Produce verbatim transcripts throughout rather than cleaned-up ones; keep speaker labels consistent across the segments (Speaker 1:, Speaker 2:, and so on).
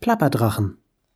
Speaker 1: Plapperdrachen.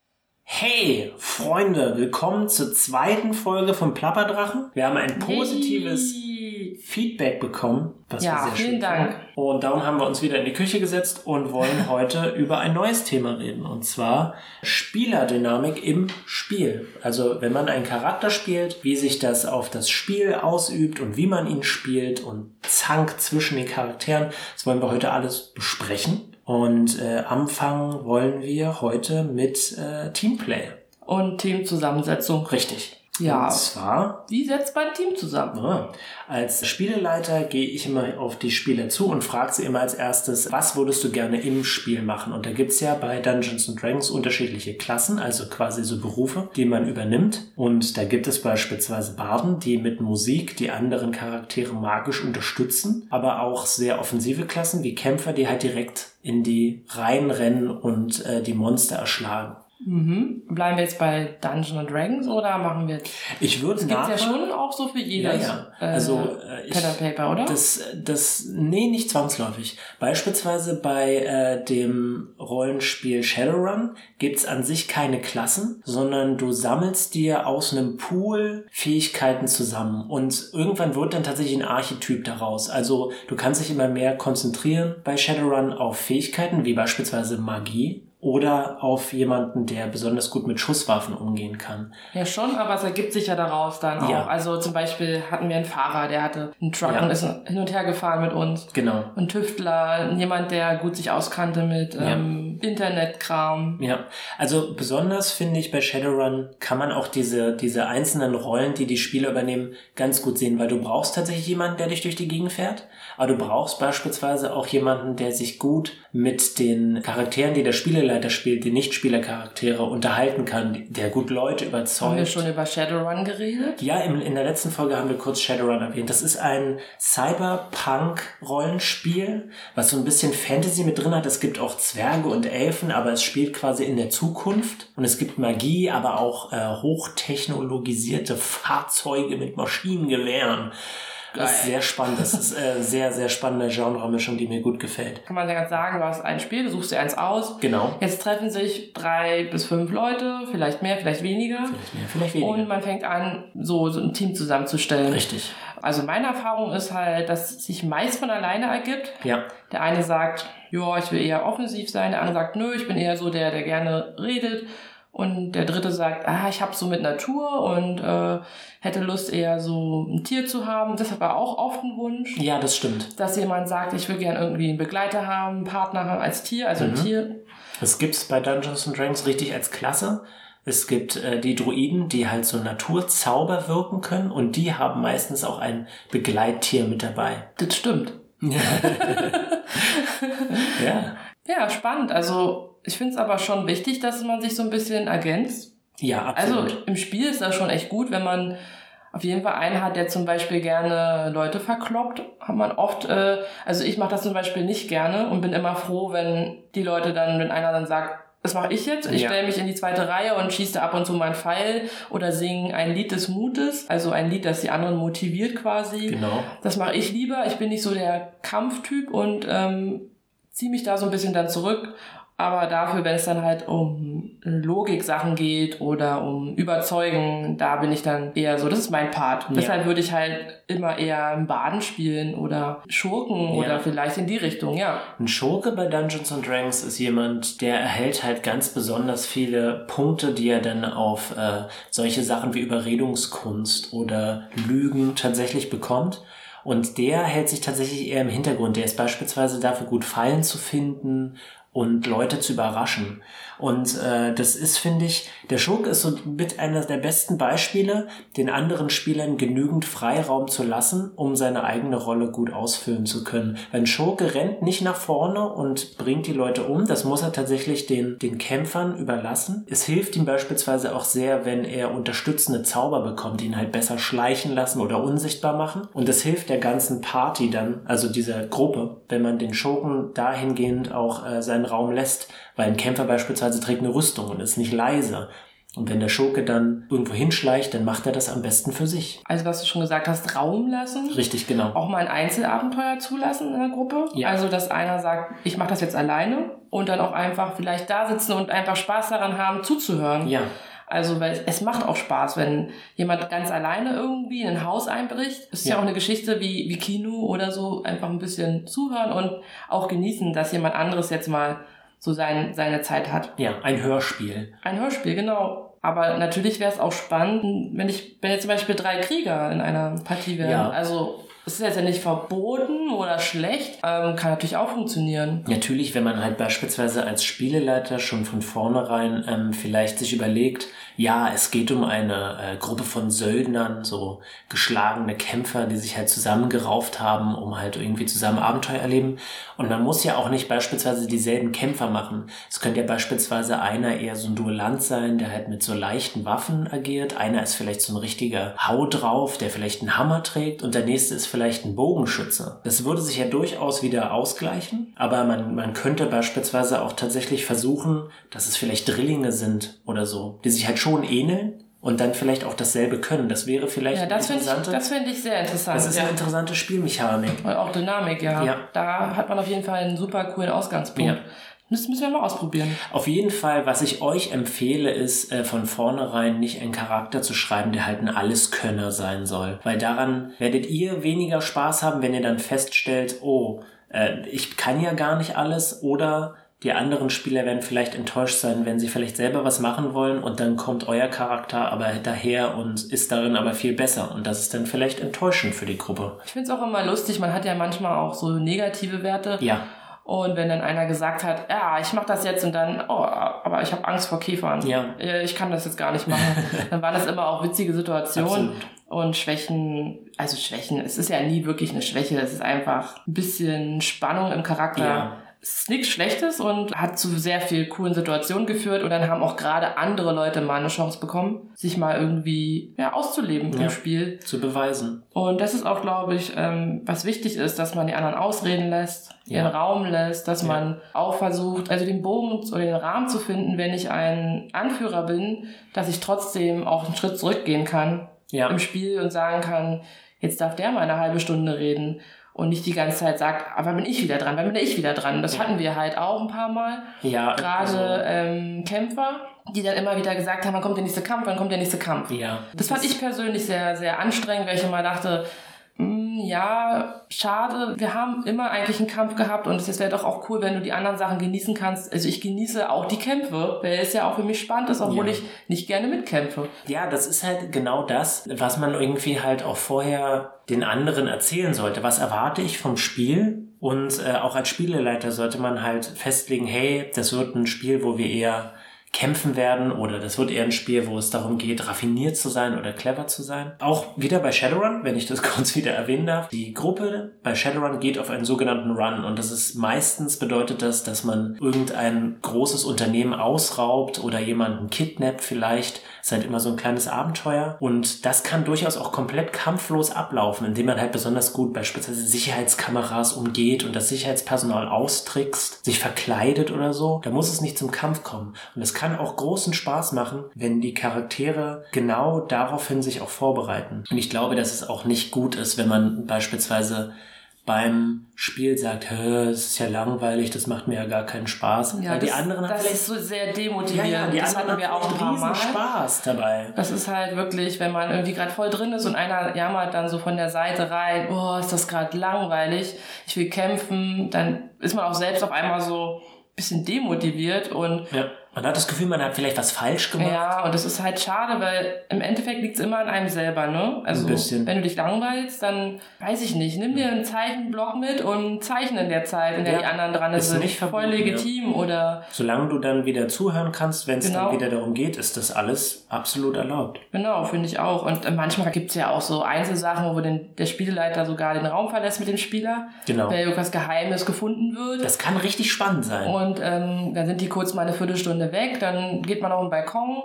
Speaker 2: Hey, Freunde, willkommen zur zweiten Folge von Plapperdrachen. Wir haben ein positives Yay. Feedback bekommen, was
Speaker 3: ja,
Speaker 2: wir sehr
Speaker 3: vielen
Speaker 2: schön
Speaker 3: Dank.
Speaker 2: finden. Und darum haben wir uns wieder in die Küche gesetzt und wollen heute über ein neues Thema reden. Und zwar Spielerdynamik im Spiel. Also wenn man einen Charakter spielt, wie sich das auf das Spiel ausübt und wie man ihn spielt und Zank zwischen den Charakteren. Das wollen wir heute alles besprechen. Und äh, anfangen wollen wir heute mit äh, Teamplay.
Speaker 3: Und Teamzusammensetzung.
Speaker 2: Richtig.
Speaker 3: Ja.
Speaker 2: Und zwar...
Speaker 3: Wie setzt man ein Team zusammen?
Speaker 2: Ja, als Spieleleiter gehe ich immer auf die Spieler zu und frage sie immer als erstes, was würdest du gerne im Spiel machen? Und da gibt's ja bei Dungeons and Dragons unterschiedliche Klassen, also quasi so Berufe, die man übernimmt. Und da gibt es beispielsweise Barden, die mit Musik die anderen Charaktere magisch unterstützen, aber auch sehr offensive Klassen wie Kämpfer, die halt direkt in die Reihen rennen und äh, die Monster erschlagen.
Speaker 3: Mhm. Bleiben wir jetzt bei Dungeons and Dragons oder machen wir jetzt...
Speaker 2: Ich würde
Speaker 3: Das gibt's ja schon auch so für jedes
Speaker 2: ja, ja. Also, äh,
Speaker 3: Pen and Paper, oder?
Speaker 2: Das, das, nee, nicht zwangsläufig. Beispielsweise bei äh, dem Rollenspiel Shadowrun gibt's an sich keine Klassen, sondern du sammelst dir aus einem Pool Fähigkeiten zusammen und irgendwann wird dann tatsächlich ein Archetyp daraus. Also du kannst dich immer mehr konzentrieren bei Shadowrun auf Fähigkeiten, wie beispielsweise Magie. Oder auf jemanden, der besonders gut mit Schusswaffen umgehen kann.
Speaker 3: Ja schon, aber es ergibt sich ja daraus dann auch.
Speaker 2: Ja.
Speaker 3: Also zum Beispiel hatten wir einen Fahrer, der hatte einen Truck
Speaker 2: Ja.
Speaker 3: und ist hin und her gefahren mit uns.
Speaker 2: Genau.
Speaker 3: Ein Tüftler, jemand, der gut sich auskannte mit
Speaker 2: Ja.
Speaker 3: ähm, Internetkram.
Speaker 2: Ja, also besonders finde ich bei Shadowrun kann man auch diese diese einzelnen Rollen, die die Spieler übernehmen, ganz gut sehen, weil du brauchst tatsächlich jemanden, der dich durch die Gegend fährt, aber du brauchst beispielsweise auch jemanden, der sich gut mit den Charakteren, die der Spieleleiter spielt, die Nicht-Spieler-Charaktere unterhalten kann, der gut Leute überzeugt.
Speaker 3: Haben wir schon über Shadowrun geredet?
Speaker 2: Ja, in, in der letzten Folge haben wir kurz Shadowrun erwähnt. Das ist ein Cyberpunk-Rollenspiel, was so ein bisschen Fantasy mit drin hat. Es gibt auch Zwerge und Elfen, aber es spielt quasi in der Zukunft. Und es gibt Magie, aber auch äh, hochtechnologisierte Fahrzeuge mit Maschinengewehren. Das ist sehr spannend. Das ist äh, sehr, sehr spannende Genremischung, die mir gut gefällt.
Speaker 3: Kann man ja ganz sagen, du hast ein Spiel, du suchst dir eins aus.
Speaker 2: Genau.
Speaker 3: Jetzt treffen sich drei bis fünf Leute, vielleicht mehr, vielleicht weniger.
Speaker 2: Vielleicht mehr, vielleicht weniger.
Speaker 3: Und man fängt an, so, so ein Team zusammenzustellen.
Speaker 2: Richtig.
Speaker 3: Also meine Erfahrung ist halt, dass es sich meist von alleine ergibt.
Speaker 2: Ja.
Speaker 3: Der eine sagt, ja, ich will eher offensiv sein. Der andere sagt, nö, ich bin eher so der, der gerne redet. Und der dritte sagt, ah, ich hab's so mit Natur und äh, hätte Lust eher so ein Tier zu haben. Das ist aber auch oft ein Wunsch.
Speaker 2: Ja, das stimmt.
Speaker 3: Dass jemand sagt, ich will gerne irgendwie einen Begleiter haben, einen Partner haben als Tier, also
Speaker 2: Mhm.
Speaker 3: ein Tier.
Speaker 2: Das gibt's bei Dungeons and Dragons richtig als Klasse. Es gibt äh, die Druiden, die halt so Naturzauber wirken können und die haben meistens auch ein Begleittier mit dabei.
Speaker 3: Das stimmt.
Speaker 2: Ja.
Speaker 3: Ja, spannend. Also ich finde es aber schon wichtig, dass man sich so ein bisschen ergänzt.
Speaker 2: Ja, absolut.
Speaker 3: Also im Spiel ist das schon echt gut, wenn man auf jeden Fall einen hat, der zum Beispiel gerne Leute verkloppt, hat man oft, äh, also ich mache das zum Beispiel nicht gerne und bin immer froh, wenn die Leute dann, wenn einer dann sagt, das mache ich jetzt, ich
Speaker 2: Ja.
Speaker 3: stelle mich in die zweite Reihe und schieße da ab und zu mal einen Pfeil oder singe ein Lied des Mutes, also ein Lied, das die anderen motiviert quasi.
Speaker 2: Genau.
Speaker 3: Das mache ich lieber, ich bin nicht so der Kampftyp und ähm, ziehe mich da so ein bisschen dann zurück. Aber dafür, wenn es dann halt um Logik-Sachen geht oder um Überzeugen, da bin ich dann eher so, das ist mein Part.
Speaker 2: Ja.
Speaker 3: Deshalb würde ich halt immer eher im Baden spielen oder Schurken
Speaker 2: Ja.
Speaker 3: oder vielleicht in die Richtung, ja.
Speaker 2: Ein Schurke bei Dungeons and Dragons ist jemand, der erhält halt ganz besonders viele Punkte, die er dann auf äh, solche Sachen wie Überredungskunst oder Lügen tatsächlich bekommt. Und der hält sich tatsächlich eher im Hintergrund. Der ist beispielsweise dafür gut, Fallen zu finden und Leute zu überraschen. Und äh, das ist, finde ich, der Schurke ist so mit einer der besten Beispiele, den anderen Spielern genügend Freiraum zu lassen, um seine eigene Rolle gut ausfüllen zu können. Ein Schurke rennt nicht nach vorne und bringt die Leute um, das muss er tatsächlich den, den Kämpfern überlassen. Es hilft ihm beispielsweise auch sehr, wenn er unterstützende Zauber bekommt, die ihn halt besser schleichen lassen oder unsichtbar machen. Und das hilft der ganzen Party dann, also dieser Gruppe, wenn man den Schurken dahingehend auch äh, seinen Raum lässt, weil ein Kämpfer beispielsweise trägt eine Rüstung und ist nicht leise. Und wenn der Schurke dann irgendwo hinschleicht, dann macht er das am besten für sich.
Speaker 3: Also was du schon gesagt hast, Raum lassen.
Speaker 2: Richtig, genau.
Speaker 3: Auch mal ein Einzelabenteuer zulassen in der Gruppe.
Speaker 2: Ja.
Speaker 3: Also dass einer sagt, ich mache das jetzt alleine und dann auch einfach vielleicht da sitzen und einfach Spaß daran haben, zuzuhören.
Speaker 2: Ja.
Speaker 3: Also weil es macht auch Spaß, wenn jemand ganz alleine irgendwie in ein Haus einbricht. Es ist ja, ja auch eine Geschichte wie, wie Kino oder so, einfach ein bisschen zuhören und auch genießen, dass jemand anderes jetzt mal so sein, seine Zeit hat.
Speaker 2: Ja, ein Hörspiel.
Speaker 3: Ein Hörspiel, genau. Aber natürlich wäre es auch spannend, wenn ich, wenn jetzt zum Beispiel drei Krieger in einer Partie wären.
Speaker 2: Ja.
Speaker 3: Also es ist jetzt ja nicht verboten oder schlecht, ähm, kann natürlich auch funktionieren.
Speaker 2: Natürlich, wenn man halt beispielsweise als Spieleleiter schon von vornherein ähm, vielleicht sich überlegt, ja, es geht um eine äh, Gruppe von Söldnern, so geschlagene Kämpfer, die sich halt zusammengerauft haben, um halt irgendwie zusammen Abenteuer erleben. Und man muss ja auch nicht beispielsweise dieselben Kämpfer machen. Es könnte ja beispielsweise einer eher so ein Duellant sein, der halt mit so leichten Waffen agiert. Einer ist vielleicht so ein richtiger Hau drauf, der vielleicht einen Hammer trägt, und der nächste ist vielleicht ein Bogenschütze. Das würde sich ja durchaus wieder ausgleichen, aber man, man könnte beispielsweise auch tatsächlich versuchen, dass es vielleicht Drillinge sind oder so, die sich halt schon ähneln und dann vielleicht auch dasselbe können. Das wäre vielleicht
Speaker 3: ja, das
Speaker 2: eine
Speaker 3: interessante...
Speaker 2: interessante...
Speaker 3: Das fände ich sehr interessant.
Speaker 2: Das ist
Speaker 3: ja.
Speaker 2: eine interessante Spielmechanik.
Speaker 3: Und auch Dynamik, ja.
Speaker 2: ja.
Speaker 3: Da hat man auf jeden Fall einen super coolen Ausgangspunkt. Ja. Das müssen wir mal ausprobieren.
Speaker 2: Auf jeden Fall, was ich euch empfehle, ist äh, von vornherein nicht einen Charakter zu schreiben, der halt ein Alleskönner sein soll. Weil daran werdet ihr weniger Spaß haben, wenn ihr dann feststellt, oh, äh, ich kann ja gar nicht alles, oder die anderen Spieler werden vielleicht enttäuscht sein, wenn sie vielleicht selber was machen wollen und dann kommt euer Charakter aber daher und ist darin aber viel besser. Und das ist dann vielleicht enttäuschend für die Gruppe.
Speaker 3: Ich finde es auch immer lustig, man hat ja manchmal auch so negative Werte.
Speaker 2: Ja.
Speaker 3: Und wenn dann einer gesagt hat, ja, ich mache das jetzt und dann, oh, aber ich habe Angst vor Käfern.
Speaker 2: Ja.
Speaker 3: Ich kann das jetzt gar nicht machen. Dann waren das immer auch witzige Situationen.
Speaker 2: Absolut.
Speaker 3: Und Schwächen, also Schwächen, es ist ja nie wirklich eine Schwäche, es ist einfach ein bisschen Spannung im Charakter. Ja. Es ist nichts Schlechtes und hat zu sehr viel coolen Situationen geführt, und dann haben auch gerade andere Leute mal eine Chance bekommen, sich mal irgendwie ja, auszuleben ja, im Spiel.
Speaker 2: Zu beweisen.
Speaker 3: Und das ist auch, glaube ich, ähm, was wichtig ist, dass man die anderen ausreden lässt, ja. ihren Raum lässt, dass ja. man auch versucht, also den Bogen oder den Rahmen zu finden, wenn ich ein Anführer bin, dass ich trotzdem auch einen Schritt zurückgehen kann ja. im Spiel und sagen kann, jetzt darf der mal eine halbe Stunde reden. Und nicht die ganze Zeit sagt, aber bin ich wieder dran, wann bin ich wieder dran? Das ja. hatten wir halt auch ein paar Mal. Ja, gerade also. ähm, Kämpfer, die dann immer wieder gesagt haben, wann kommt der nächste Kampf, wann kommt der nächste Kampf.
Speaker 2: Ja.
Speaker 3: Das fand ich persönlich sehr, sehr anstrengend, weil ich immer dachte, mh, ja, schade, wir haben immer eigentlich einen Kampf gehabt, und es wäre doch auch cool, wenn du die anderen Sachen genießen kannst. Also ich genieße auch die Kämpfe, weil es ja auch für mich spannend ist, obwohl ja. ich nicht gerne mitkämpfe.
Speaker 2: Ja, das ist halt genau das, was man irgendwie halt auch vorher den anderen erzählen sollte. Was erwarte ich vom Spiel? Und äh, auch als Spieleleiter sollte man halt festlegen, hey, das wird ein Spiel, wo wir eher kämpfen werden, oder das wird eher ein Spiel, wo es darum geht, raffiniert zu sein oder clever zu sein. Auch wieder bei Shadowrun, wenn ich das kurz wieder erwähnen darf. Die Gruppe bei Shadowrun geht auf einen sogenannten Run, und das ist meistens bedeutet das, dass man irgendein großes Unternehmen ausraubt oder jemanden kidnappt vielleicht. Das ist halt immer so ein kleines Abenteuer, und das kann durchaus auch komplett kampflos ablaufen, indem man halt besonders gut beispielsweise Sicherheitskameras umgeht und das Sicherheitspersonal austrickst, sich verkleidet oder so. Da muss es nicht zum Kampf kommen. Und es kann auch großen Spaß machen, wenn die Charaktere genau daraufhin sich auch vorbereiten. Und ich glaube, dass es auch nicht gut ist, wenn man beispielsweise beim Spiel sagt, es ist ja langweilig, das macht mir ja gar keinen Spaß.
Speaker 3: Ja,
Speaker 2: Weil die
Speaker 3: das,
Speaker 2: anderen
Speaker 3: das
Speaker 2: vielleicht,
Speaker 3: ist so sehr demotivierend.
Speaker 2: Ja, ja, die
Speaker 3: das
Speaker 2: anderen
Speaker 3: hatten wir auch ein
Speaker 2: riesen Spaß dabei.
Speaker 3: Das ist halt wirklich, wenn man irgendwie gerade voll drin ist und einer jammert dann so von der Seite rein, oh, ist das gerade langweilig, ich will kämpfen, dann ist man auch selbst auf einmal so ein bisschen demotiviert und
Speaker 2: ja. Man hat das Gefühl, man hat vielleicht was falsch gemacht.
Speaker 3: Ja, und das ist halt schade, weil im Endeffekt liegt es immer an einem selber, ne? Also, ein bisschen. Wenn du dich langweilst, dann, weiß ich nicht, nimm dir einen Zeichenblock mit und zeichne in der Zeit, in der ja, die anderen dran ist sind. Nicht voll legitim, ja. oder...
Speaker 2: Solange du dann wieder zuhören kannst, wenn es genau. dann wieder darum geht, ist das alles absolut erlaubt.
Speaker 3: Genau, finde ich auch. Und manchmal gibt es ja auch so Einzelsachen, wo den, der Spieleleiter sogar den Raum verlässt mit dem Spieler,
Speaker 2: genau.
Speaker 3: weil irgendwas Geheimes gefunden wird.
Speaker 2: Das kann richtig spannend sein.
Speaker 3: Und ähm, dann sind die kurz mal eine Viertelstunde weg, dann geht man auf den Balkon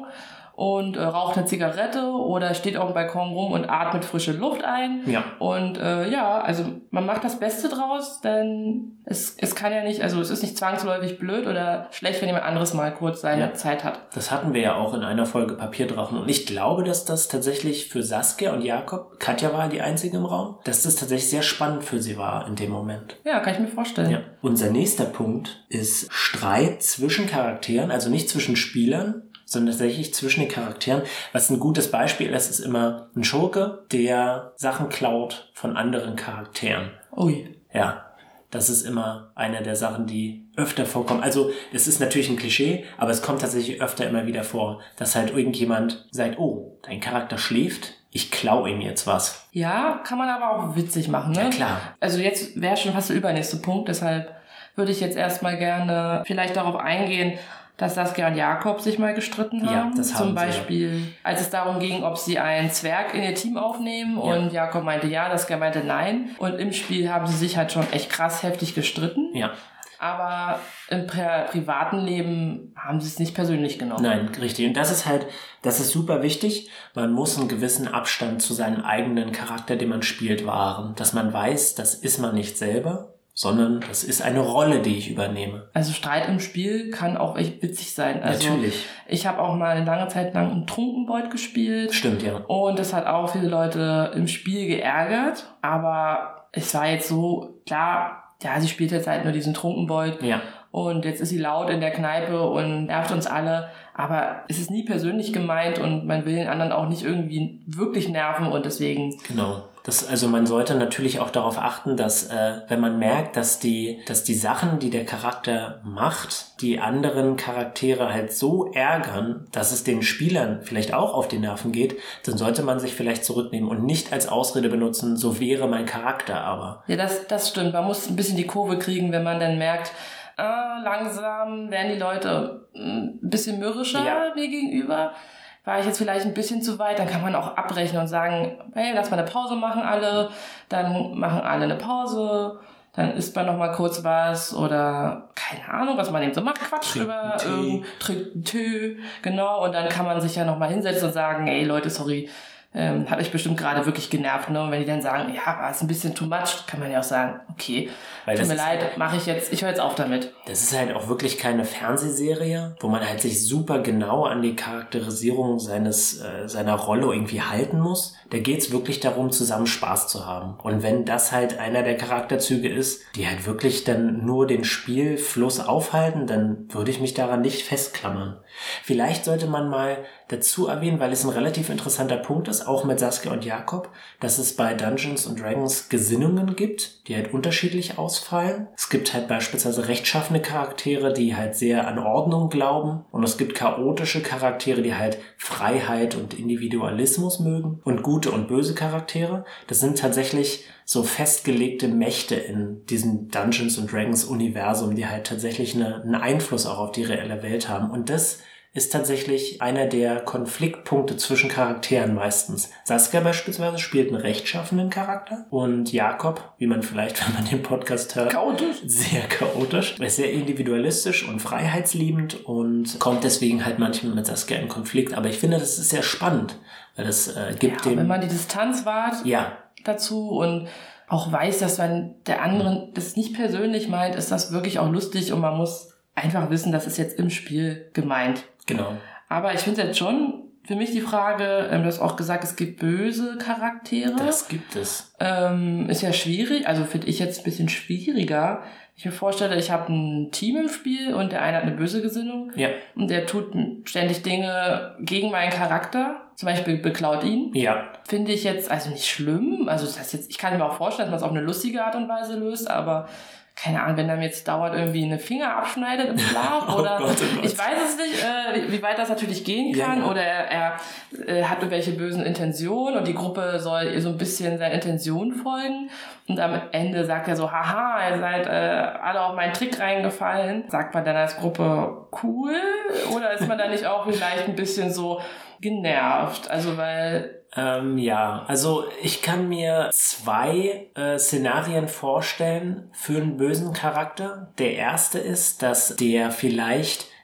Speaker 3: und äh, raucht eine Zigarette oder steht auf dem Balkon rum und atmet frische Luft ein.
Speaker 2: Ja.
Speaker 3: Und äh, ja, also man macht das Beste draus, denn es, es kann ja nicht, also es ist nicht zwangsläufig blöd oder schlecht, wenn jemand anderes mal kurz seine
Speaker 2: Ja.
Speaker 3: Zeit hat.
Speaker 2: Das hatten wir ja auch in einer Folge Papierdrachen. Und ich glaube, dass das tatsächlich für Saskia und Jakob, Katja war die Einzige im Raum, dass das tatsächlich sehr spannend für sie war in dem Moment.
Speaker 3: Ja, kann ich mir vorstellen.
Speaker 2: Ja. Unser nächster Punkt ist Streit zwischen Charakteren, also nicht zwischen Spielern, sondern tatsächlich zwischen den Charakteren. Was ein gutes Beispiel ist, ist immer ein Schurke, der Sachen klaut von anderen Charakteren.
Speaker 3: Ui.
Speaker 2: Ja, das ist immer eine der Sachen, die öfter vorkommen. Also es ist natürlich ein Klischee, aber es kommt tatsächlich öfter immer wieder vor, dass halt irgendjemand sagt, oh, dein Charakter schläft, ich klau ihm jetzt was.
Speaker 3: Ja, kann man aber auch witzig machen, ne?
Speaker 2: Ja, klar.
Speaker 3: Also jetzt wäre schon fast der übernächste Punkt, deshalb würde ich jetzt erstmal gerne vielleicht darauf eingehen, dass Saskia und Jakob sich mal gestritten haben.
Speaker 2: Ja, das haben
Speaker 3: Zum
Speaker 2: sie,
Speaker 3: Beispiel, ja. Als es darum ging, ob sie einen Zwerg in ihr Team aufnehmen
Speaker 2: Ja.
Speaker 3: und Jakob meinte ja, Saskia meinte nein. Und im Spiel haben sie sich halt schon echt krass heftig gestritten.
Speaker 2: Ja.
Speaker 3: Aber im pri- privaten Leben haben sie es nicht persönlich genommen.
Speaker 2: Nein, richtig. Und das ist halt, das ist super wichtig. Man muss einen gewissen Abstand zu seinem eigenen Charakter, den man spielt, wahren. Dass man weiß, das ist man nicht selber, sondern das ist eine Rolle, die ich übernehme.
Speaker 3: Also Streit im Spiel kann auch echt witzig sein. Also
Speaker 2: Natürlich.
Speaker 3: Ich habe auch mal eine lange Zeit lang einen Trunkenbold gespielt.
Speaker 2: Stimmt, ja.
Speaker 3: Und das hat auch viele Leute im Spiel geärgert. Aber es war jetzt so, klar, ja, sie spielt jetzt halt nur diesen Trunkenbold.
Speaker 2: Ja.
Speaker 3: Und jetzt ist sie laut in der Kneipe und nervt uns alle. Aber es ist nie persönlich gemeint und man will den anderen auch nicht irgendwie wirklich nerven und deswegen...
Speaker 2: Genau. Das, also man sollte natürlich auch darauf achten, dass äh, wenn man merkt, dass die, dass die Sachen, die der Charakter macht, die anderen Charaktere halt so ärgern, dass es den Spielern vielleicht auch auf die Nerven geht, dann sollte man sich vielleicht zurücknehmen und nicht als Ausrede benutzen, so wäre mein Charakter aber.
Speaker 3: Ja, das, das stimmt. Man muss ein bisschen die Kurve kriegen, wenn man dann merkt, ah, langsam werden die Leute ein bisschen mürrischer
Speaker 2: Ja.
Speaker 3: mir gegenüber. War ich jetzt vielleicht ein bisschen zu weit, dann kann man auch abbrechen und sagen, hey, lass mal eine Pause machen alle, dann machen alle eine Pause, dann isst man noch mal kurz was oder keine Ahnung, was man eben so macht, Quatsch
Speaker 2: Trinkt
Speaker 3: über,
Speaker 2: einen Tee.
Speaker 3: ähm, trinkt einen Tee, genau, und dann kann man sich ja noch mal hinsetzen und sagen, ey Leute, sorry, ähm, hat euch bestimmt gerade wirklich genervt, ne? Und wenn die dann sagen, ja, war es ein bisschen too much, kann man ja auch sagen, okay,
Speaker 2: Weil
Speaker 3: tut
Speaker 2: das
Speaker 3: mir
Speaker 2: ist-
Speaker 3: leid, mache ich jetzt, ich höre jetzt auf damit.
Speaker 2: Das ist halt auch wirklich keine Fernsehserie, wo man halt sich super genau an die Charakterisierung seines äh, seiner Rolle irgendwie halten muss. Da geht's wirklich darum, zusammen Spaß zu haben. Und wenn das halt einer der Charakterzüge ist, die halt wirklich dann nur den Spielfluss aufhalten, dann würde ich mich daran nicht festklammern. Vielleicht sollte man mal dazu erwähnen, weil es ein relativ interessanter Punkt ist, auch mit Saskia und Jakob, dass es bei Dungeons and Dragons Gesinnungen gibt, die halt unterschiedlich ausfallen. Es gibt halt beispielsweise rechtschaffene Charaktere, die halt sehr an Ordnung glauben, und es gibt chaotische Charaktere, die halt Freiheit und Individualismus mögen, und gute und böse Charaktere. Das sind tatsächlich so festgelegte Mächte in diesem Dungeons and Dragons Universum, die halt tatsächlich eine, einen Einfluss auch auf die reelle Welt haben. Und das ist tatsächlich einer der Konfliktpunkte zwischen Charakteren meistens. Saskia beispielsweise spielt einen rechtschaffenen Charakter und Jakob, wie man vielleicht, wenn man den Podcast hört,
Speaker 3: Chaotisch.
Speaker 2: sehr chaotisch, ist sehr individualistisch und freiheitsliebend und kommt deswegen halt manchmal mit Saskia in Konflikt. Aber ich finde, das ist sehr spannend, weil das äh, gibt
Speaker 3: Ja,
Speaker 2: dem...
Speaker 3: wenn man die Distanz wahrt
Speaker 2: ja,
Speaker 3: dazu und auch weiß, dass wenn der andere das nicht persönlich meint, ist das wirklich auch lustig und man muss einfach wissen, das ist jetzt im Spiel gemeint.
Speaker 2: genau.
Speaker 3: Aber ich finde jetzt schon für mich die Frage, ähm, du hast auch gesagt, es gibt böse Charaktere.
Speaker 2: Das gibt es.
Speaker 3: Ähm, ist ja schwierig, also finde ich jetzt ein bisschen schwieriger. Ich mir vorstelle, ich habe ein Team im Spiel und der eine hat eine böse Gesinnung
Speaker 2: Ja,
Speaker 3: und der tut ständig Dinge gegen meinen Charakter, zum Beispiel beklaut ihn.
Speaker 2: ja.
Speaker 3: Finde ich jetzt also nicht schlimm. Also das heißt jetzt, ich kann mir auch vorstellen, dass man es auf eine lustige Art und Weise löst, aber keine Ahnung, wenn er mir jetzt dauernd irgendwie eine Finger abschneidet im Schlaf
Speaker 2: Oh
Speaker 3: oder
Speaker 2: Gott, oh Gott.
Speaker 3: ich weiß es nicht, äh, wie, wie weit das natürlich gehen kann
Speaker 2: Ja, ja.
Speaker 3: oder er, er äh, hat irgendwelche bösen Intentionen und die Gruppe soll ihr so ein bisschen seinen Intentionen folgen und am Ende sagt er so, haha, ihr seid äh, alle auf meinen Trick reingefallen. Sagt man dann als Gruppe cool oder ist man dann nicht auch vielleicht ein bisschen so genervt? Also weil
Speaker 2: Ähm, ja, also ich kann mir zwei äh, Szenarien vorstellen für einen bösen Charakter. Der erste ist, dass der vielleicht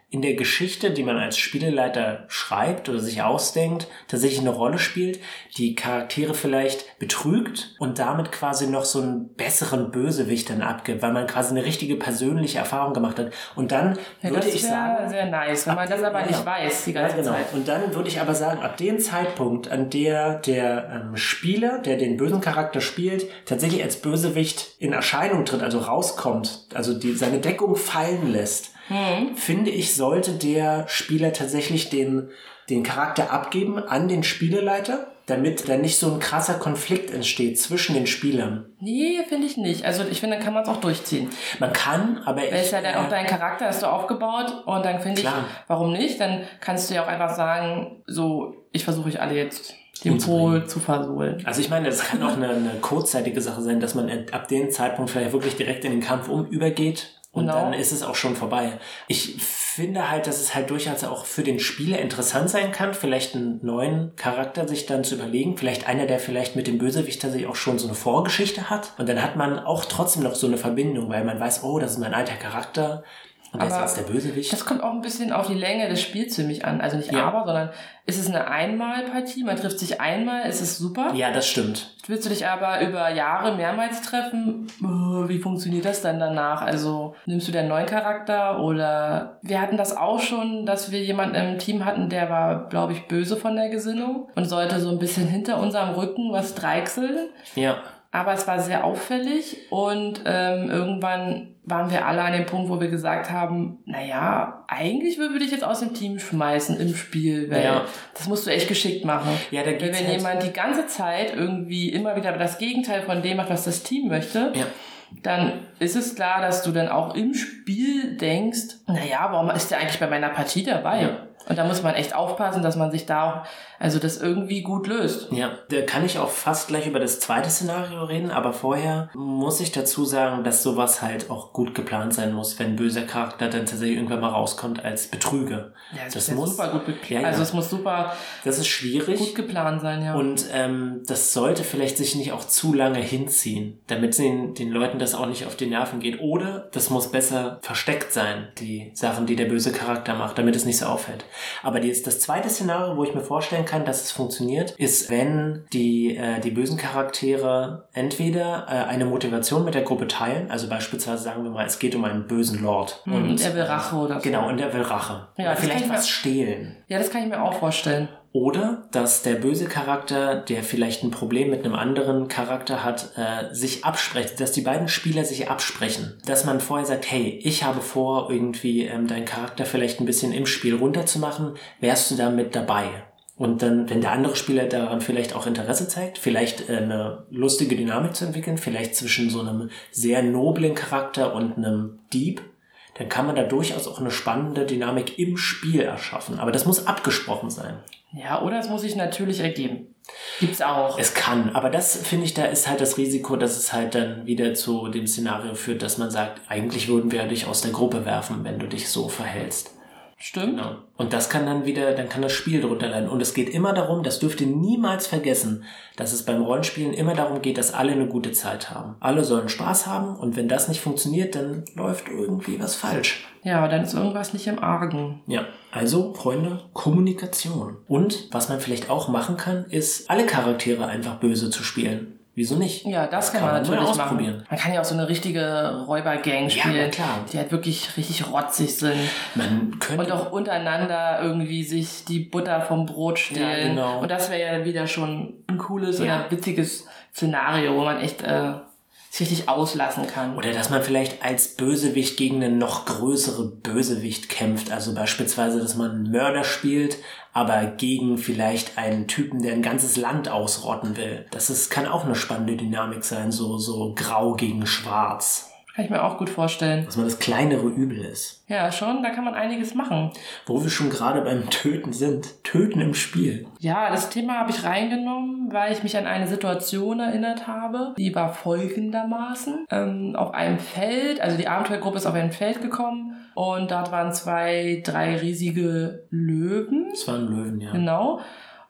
Speaker 2: in der Geschichte, die man als Spieleleiter schreibt oder sich ausdenkt, tatsächlich eine Rolle spielt, die Charaktere vielleicht betrügt und damit quasi noch so einen besseren Bösewicht dann abgibt, weil man quasi eine richtige persönliche Erfahrung gemacht hat. Und dann
Speaker 3: ja,
Speaker 2: würde ich sagen...
Speaker 3: Das wäre sehr nice, wenn man das aber nicht ja, weiß die ganze ja, genau. Zeit.
Speaker 2: Und dann würde ich aber sagen, ab dem Zeitpunkt, an der der ähm, Spieler, der den bösen Charakter spielt, tatsächlich als Bösewicht in Erscheinung tritt, also rauskommt, also die, seine Deckung fallen lässt, hm. finde ich, sollte der Spieler tatsächlich den, den Charakter abgeben an den Spieleleiter, damit da nicht so ein krasser Konflikt entsteht zwischen den Spielern.
Speaker 3: Nee, finde ich nicht. Also ich finde, dann kann man es auch durchziehen.
Speaker 2: Man kann, aber
Speaker 3: Weil es ja dann auch dein Charakter hast du aufgebaut und dann finde ich, warum nicht? Dann kannst du ja auch einfach sagen, so, ich versuche euch alle jetzt den Pol zu versohlen.
Speaker 2: Also ich meine, das kann auch eine, eine kurzzeitige Sache sein, dass man ab dem Zeitpunkt vielleicht wirklich direkt in den Kampf um übergeht. Und genau. Dann ist es auch schon vorbei. Ich finde halt, dass es halt durchaus auch für den Spieler interessant sein kann, vielleicht einen neuen Charakter sich dann zu überlegen. Vielleicht einer, der vielleicht mit dem Bösewicht tatsächlich auch schon so eine Vorgeschichte hat. Und dann hat man auch trotzdem noch so eine Verbindung, weil man weiß, oh, das ist mein alter Charakter. Und der
Speaker 3: aber
Speaker 2: ist jetzt der Bösewicht.
Speaker 3: Das kommt auch ein bisschen auf die Länge des Spiels für mich an. Also nicht ja. aber, sondern ist es eine Einmalpartie? Man trifft sich einmal, ist es super?
Speaker 2: Ja, das stimmt.
Speaker 3: Willst du dich aber über Jahre mehrmals treffen? Wie funktioniert das dann danach? Also nimmst du den neuen Charakter oder... Wir hatten das auch schon, dass wir jemanden im Team hatten, der war, glaube ich, böse von der Gesinnung und sollte so ein bisschen hinter unserem Rücken was dreichseln.
Speaker 2: Ja.
Speaker 3: Aber es war sehr auffällig und ähm, irgendwann waren wir alle an dem Punkt, wo wir gesagt haben, naja, eigentlich würde ich jetzt aus dem Team schmeißen im Spiel, weil ja. das musst du echt geschickt machen.
Speaker 2: Ja, da geht's
Speaker 3: wenn
Speaker 2: halt
Speaker 3: jemand die ganze Zeit irgendwie immer wieder das Gegenteil von dem macht, was das Team möchte, ja. dann ist es klar, dass du dann auch im Spiel denkst, naja, warum ist der eigentlich bei meiner Partie dabei? Ja. Und da muss man echt aufpassen, dass man sich da auch, also das irgendwie gut löst.
Speaker 2: Ja, da kann ich auch fast gleich über das zweite Szenario reden, aber vorher muss ich dazu sagen, dass sowas halt auch gut geplant sein muss, wenn ein böser Charakter dann tatsächlich irgendwann mal rauskommt als Betrüger.
Speaker 3: Ja, das, das muss super gut geplant. Ja, ja. Also es muss super
Speaker 2: das ist schwierig.
Speaker 3: Gut geplant sein, ja.
Speaker 2: Und ähm, das sollte vielleicht sich nicht auch zu lange hinziehen, damit den, den Leuten das auch nicht auf die Nerven geht. Oder das muss besser versteckt sein, die Sachen, die der böse Charakter macht, damit es nicht so auffällt. Aber die, das zweite Szenario, wo ich mir vorstellen kann, dass es funktioniert, ist, wenn die, äh, die bösen Charaktere entweder äh, eine Motivation mit der Gruppe teilen, also beispielsweise sagen wir mal, es geht um einen bösen Lord.
Speaker 3: Hm, und er will Rache oder so.
Speaker 2: Genau, und er will Rache. Ja, oder vielleicht was mir, stehlen.
Speaker 3: Ja, das kann ich mir auch vorstellen.
Speaker 2: Oder, dass der böse Charakter, der vielleicht ein Problem mit einem anderen Charakter hat, äh, sich abspricht, dass die beiden Spieler sich absprechen. Dass man vorher sagt, hey, ich habe vor, irgendwie ähm, deinen Charakter vielleicht ein bisschen im Spiel runterzumachen, wärst du da mit dabei? Und dann, wenn der andere Spieler daran vielleicht auch Interesse zeigt, vielleicht äh, eine lustige Dynamik zu entwickeln, vielleicht zwischen so einem sehr noblen Charakter und einem Dieb, dann kann man da durchaus auch eine spannende Dynamik im Spiel erschaffen. Aber das muss abgesprochen sein.
Speaker 3: Ja, oder es muss sich natürlich ergeben. Gibt's auch.
Speaker 2: Es kann, aber das, finde ich, da ist halt das Risiko, dass es halt dann wieder zu dem Szenario führt, dass man sagt, eigentlich würden wir dich aus der Gruppe werfen, wenn du dich so verhältst.
Speaker 3: Stimmt.
Speaker 2: Genau. Und das kann dann wieder, dann kann das Spiel drunter leiden. Und es geht immer darum, das dürft ihr niemals vergessen, dass es beim Rollenspielen immer darum geht, dass alle eine gute Zeit haben. Alle sollen Spaß haben und wenn das nicht funktioniert, dann läuft irgendwie was falsch.
Speaker 3: Ja, dann ist irgendwas nicht im Argen.
Speaker 2: Ja, also, Freunde, Kommunikation. Und was man vielleicht auch machen kann, ist, alle Charaktere einfach böse zu spielen. Wieso nicht?
Speaker 3: Ja, das, das kann, kann man natürlich machen. Man kann ja auch so eine richtige Räubergang spielen, ja, klar. Die halt wirklich richtig rotzig sind.
Speaker 2: Man könnte
Speaker 3: und auch untereinander irgendwie sich die Butter vom Brot stehlen. Ja, genau. Und das wäre ja wieder schon ein cooles ja. oder witziges Szenario, wo man echt äh, sich richtig auslassen kann.
Speaker 2: Oder dass man vielleicht als Bösewicht gegen einen noch größeren Bösewicht kämpft. Also beispielsweise, dass man einen Mörder spielt, aber gegen vielleicht einen Typen, der ein ganzes Land ausrotten will. Das ist, kann auch eine spannende Dynamik sein, so, so grau gegen schwarz.
Speaker 3: Kann ich mir auch gut vorstellen.
Speaker 2: Dass man das kleinere Übel ist.
Speaker 3: Ja, schon, da kann man einiges machen.
Speaker 2: Wo wir schon gerade beim Töten sind. Töten im Spiel.
Speaker 3: Ja, das Thema habe ich reingenommen, weil ich mich an eine Situation erinnert habe. Die war folgendermaßen. Ähm, auf einem Feld, also die Abenteuergruppe ist auf ein Feld gekommen und dort waren zwei, drei riesige Löwen.
Speaker 2: Das waren Löwen, ja.
Speaker 3: Genau.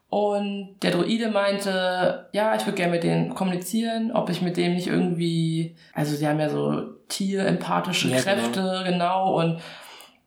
Speaker 3: Und der Druide meinte, ja, ich würde gerne mit denen kommunizieren, ob ich mit dem nicht irgendwie, also sie haben ja so tierempathische ja, Kräfte, genau. genau, und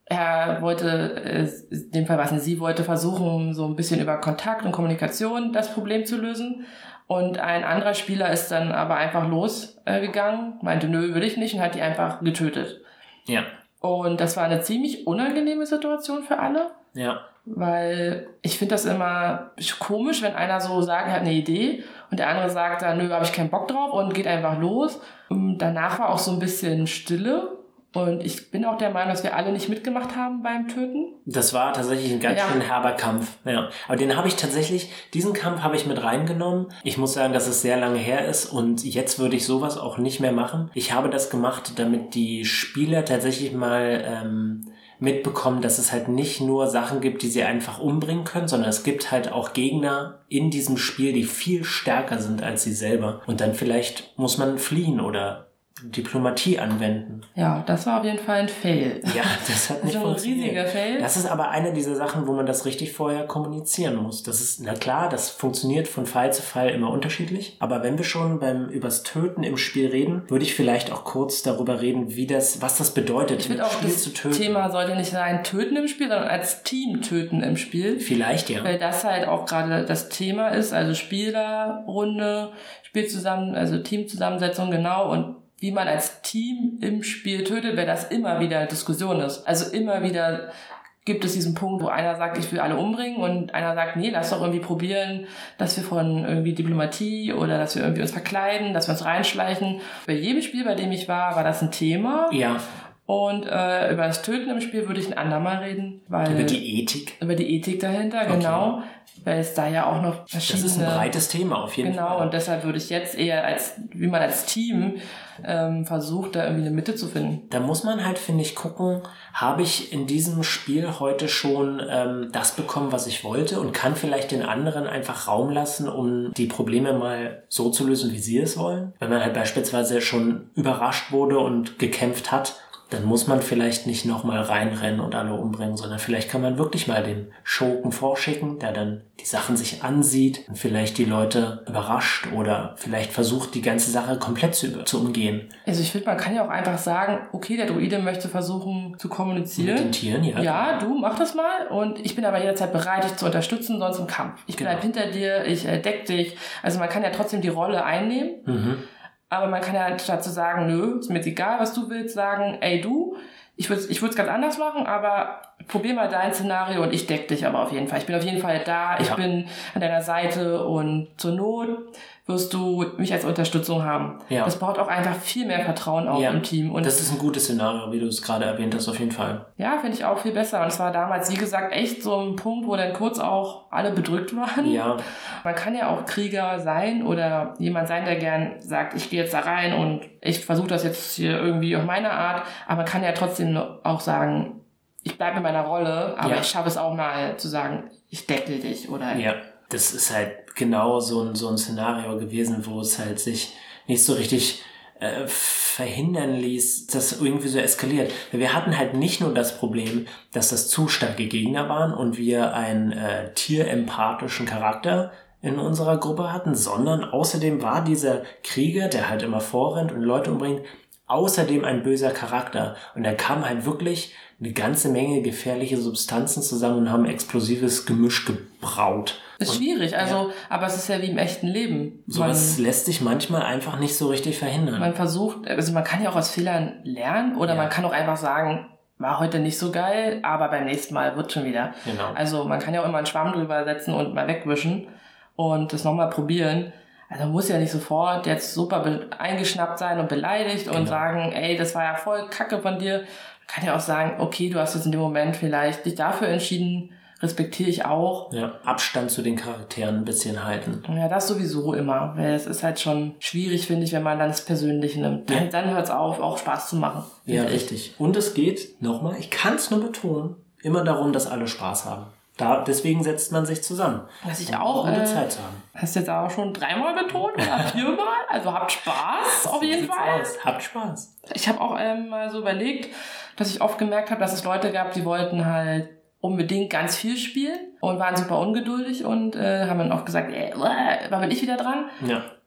Speaker 3: er wollte, äh, in dem Fall war es nicht, sie wollte versuchen, so ein bisschen über Kontakt und Kommunikation das Problem zu lösen. Und ein anderer Spieler ist dann aber einfach losgegangen, äh, meinte, nö, will ich nicht, und hat die einfach getötet.
Speaker 2: Ja.
Speaker 3: Und das war eine ziemlich unangenehme Situation für alle.
Speaker 2: Ja.
Speaker 3: Weil ich finde das immer komisch, wenn einer so sagt, er hat eine Idee und der andere sagt dann, nö, habe ich keinen Bock drauf und geht einfach los. Und danach war auch so ein bisschen Stille. Und ich bin auch der Meinung, dass wir alle nicht mitgemacht haben beim Töten.
Speaker 2: Das war tatsächlich ein ganz
Speaker 3: Ja.
Speaker 2: schön herber Kampf. Ja. Aber den habe ich tatsächlich, diesen Kampf habe ich mit reingenommen. Ich muss sagen, dass es sehr lange her ist und jetzt würde ich sowas auch nicht mehr machen. Ich habe das gemacht, damit die Spieler tatsächlich mal ähm, mitbekommen, dass es halt nicht nur Sachen gibt, die sie einfach umbringen können, sondern es gibt halt auch Gegner in diesem Spiel, die viel stärker sind als sie selber. Und dann vielleicht muss man fliehen oder Diplomatie anwenden.
Speaker 3: Ja, das war auf jeden Fall ein Fail.
Speaker 2: Ja, das hat nicht
Speaker 3: so ein
Speaker 2: funktioniert.
Speaker 3: riesiger Fail.
Speaker 2: Das ist aber eine dieser Sachen, wo man das richtig vorher kommunizieren muss. Das ist, na klar, das funktioniert von Fall zu Fall immer unterschiedlich. Aber wenn wir schon beim übers Töten im Spiel reden, würde ich vielleicht auch kurz darüber reden, wie das, was das bedeutet,
Speaker 3: Ich finde
Speaker 2: im
Speaker 3: auch,
Speaker 2: Spiel
Speaker 3: das
Speaker 2: zu töten.
Speaker 3: Thema sollte nicht sein Töten im Spiel, sondern als Team töten im Spiel.
Speaker 2: Vielleicht, ja.
Speaker 3: Weil das halt auch gerade das Thema ist, also Spielerrunde, Spielzusammen, also Teamzusammensetzung, genau, und wie man als Team im Spiel tötet, weil das immer wieder Diskussion ist. Also immer wieder gibt es diesen Punkt, wo einer sagt, ich will alle umbringen und einer sagt, nee, lass doch irgendwie probieren, dass wir von irgendwie Diplomatie oder dass wir irgendwie uns verkleiden, dass wir uns reinschleichen. Bei jedem Spiel, bei dem ich war, war das ein Thema.
Speaker 2: Ja.
Speaker 3: Und äh, über das Töten im Spiel würde ich ein andermal reden. Weil
Speaker 2: Über die Ethik.
Speaker 3: Über die Ethik dahinter,
Speaker 2: Okay.
Speaker 3: genau. Weil es da ja auch noch verschiedene...
Speaker 2: Das ist ein breites Thema auf jeden
Speaker 3: genau,
Speaker 2: Fall.
Speaker 3: Genau, und deshalb würde ich jetzt eher, als wie man als Team ähm, versucht, da irgendwie eine Mitte zu finden.
Speaker 2: Da muss man halt, finde ich, gucken, habe ich in diesem Spiel heute schon ähm, das bekommen, was ich wollte und kann vielleicht den anderen einfach Raum lassen, um die Probleme mal so zu lösen, wie sie es wollen. Wenn man halt beispielsweise schon überrascht wurde und gekämpft hat, dann muss man vielleicht nicht nochmal reinrennen und alle umbringen, sondern vielleicht kann man wirklich mal den Schurken vorschicken, der dann die Sachen sich ansieht und vielleicht die Leute überrascht oder vielleicht versucht, die ganze Sache komplett zu, zu umgehen.
Speaker 3: Also ich finde, man kann ja auch einfach sagen, okay, der Druide möchte versuchen zu kommunizieren.
Speaker 2: Mit den Tieren, ja.
Speaker 3: Ja, du, mach das mal. Und ich bin aber jederzeit bereit, dich zu unterstützen, sonst im Kampf. Ich
Speaker 2: Genau.
Speaker 3: bleib hinter dir, ich äh, deck dich. Also man kann ja trotzdem die Rolle einnehmen.
Speaker 2: Mhm.
Speaker 3: Aber man kann ja statt zu sagen, nö, ist mir jetzt egal, was du willst, sagen, ey du, ich würde ich würde es ganz anders machen, aber probier mal dein Szenario und ich deck dich aber auf jeden Fall. Ich bin auf jeden Fall da, ich
Speaker 2: Ja.
Speaker 3: bin an deiner Seite und zur Not wirst du mich als Unterstützung haben.
Speaker 2: Ja.
Speaker 3: Das baut auch einfach viel mehr Vertrauen auf
Speaker 2: Ja.
Speaker 3: im Team. Und
Speaker 2: Das ist ein gutes Szenario, wie du es gerade erwähnt hast, auf jeden Fall.
Speaker 3: ja, finde ich auch viel besser. Und es war damals, wie gesagt, echt so ein Punkt, wo dann kurz auch alle bedrückt waren.
Speaker 2: Ja,
Speaker 3: Man kann ja auch Krieger sein oder jemand sein, der gern sagt, ich gehe jetzt da rein und ich versuche das jetzt hier irgendwie auf meine Art. Aber man kann ja trotzdem auch sagen, ich bleibe in meiner Rolle, aber
Speaker 2: Ja.
Speaker 3: ich schaffe es auch mal zu sagen, ich deckel dich oder...
Speaker 2: ja. Das ist halt genau so ein, so ein Szenario gewesen, wo es halt sich nicht so richtig äh, verhindern ließ, dass irgendwie so eskaliert. Wir hatten halt nicht nur das Problem, dass das zu starke Gegner waren und wir einen äh, tierempathischen Charakter in unserer Gruppe hatten, sondern außerdem war dieser Krieger, der halt immer vorrennt und Leute umbringt, außerdem ein böser Charakter. Und dann kamen halt wirklich eine ganze Menge gefährliche Substanzen zusammen und haben explosives Gemisch gebraut.
Speaker 3: Ist
Speaker 2: Und
Speaker 3: schwierig, also, aber es ist ja wie im echten Leben.
Speaker 2: sowas lässt sich manchmal einfach nicht so richtig verhindern.
Speaker 3: Man versucht, also man kann ja auch aus Fehlern lernen oder
Speaker 2: Ja.
Speaker 3: man kann auch einfach sagen, war heute nicht so geil, aber beim nächsten Mal wird schon wieder.
Speaker 2: Genau.
Speaker 3: Also man kann ja auch immer einen Schwamm drüber setzen und mal wegwischen und das nochmal probieren. Also man muss ja nicht sofort jetzt super be- eingeschnappt sein und beleidigt und
Speaker 2: Genau.
Speaker 3: sagen, ey, das war ja voll Kacke von dir. Man kann ja auch sagen, okay, du hast jetzt in dem Moment vielleicht dich dafür entschieden, respektiere ich auch.
Speaker 2: Ja, Abstand zu den Charakteren ein bisschen halten.
Speaker 3: Ja, das sowieso immer, weil es ist halt schon schwierig, finde ich, wenn man dann das Persönliche nimmt. Dann,
Speaker 2: Ja.
Speaker 3: dann hört es auf, auch Spaß zu machen.
Speaker 2: Ja,
Speaker 3: finde ich.
Speaker 2: richtig. Und es geht, nochmal, ich kann es nur betonen, immer darum, dass alle Spaß haben. Da, deswegen setzt man sich zusammen.
Speaker 3: Was ich
Speaker 2: um
Speaker 3: auch,
Speaker 2: eine gute
Speaker 3: äh,
Speaker 2: Zeit zu haben.
Speaker 3: Hast du jetzt auch schon dreimal betont oder viermal? Also habt Spaß, auf jeden
Speaker 2: Sieht's
Speaker 3: Fall.
Speaker 2: aus. Habt Spaß.
Speaker 3: Ich habe auch ähm, mal so überlegt, dass ich oft gemerkt habe, dass es Leute gab, die wollten halt unbedingt ganz viel spielen und waren super ungeduldig und äh, haben dann auch gesagt, ey, wann bin ich wieder dran?
Speaker 2: Ja.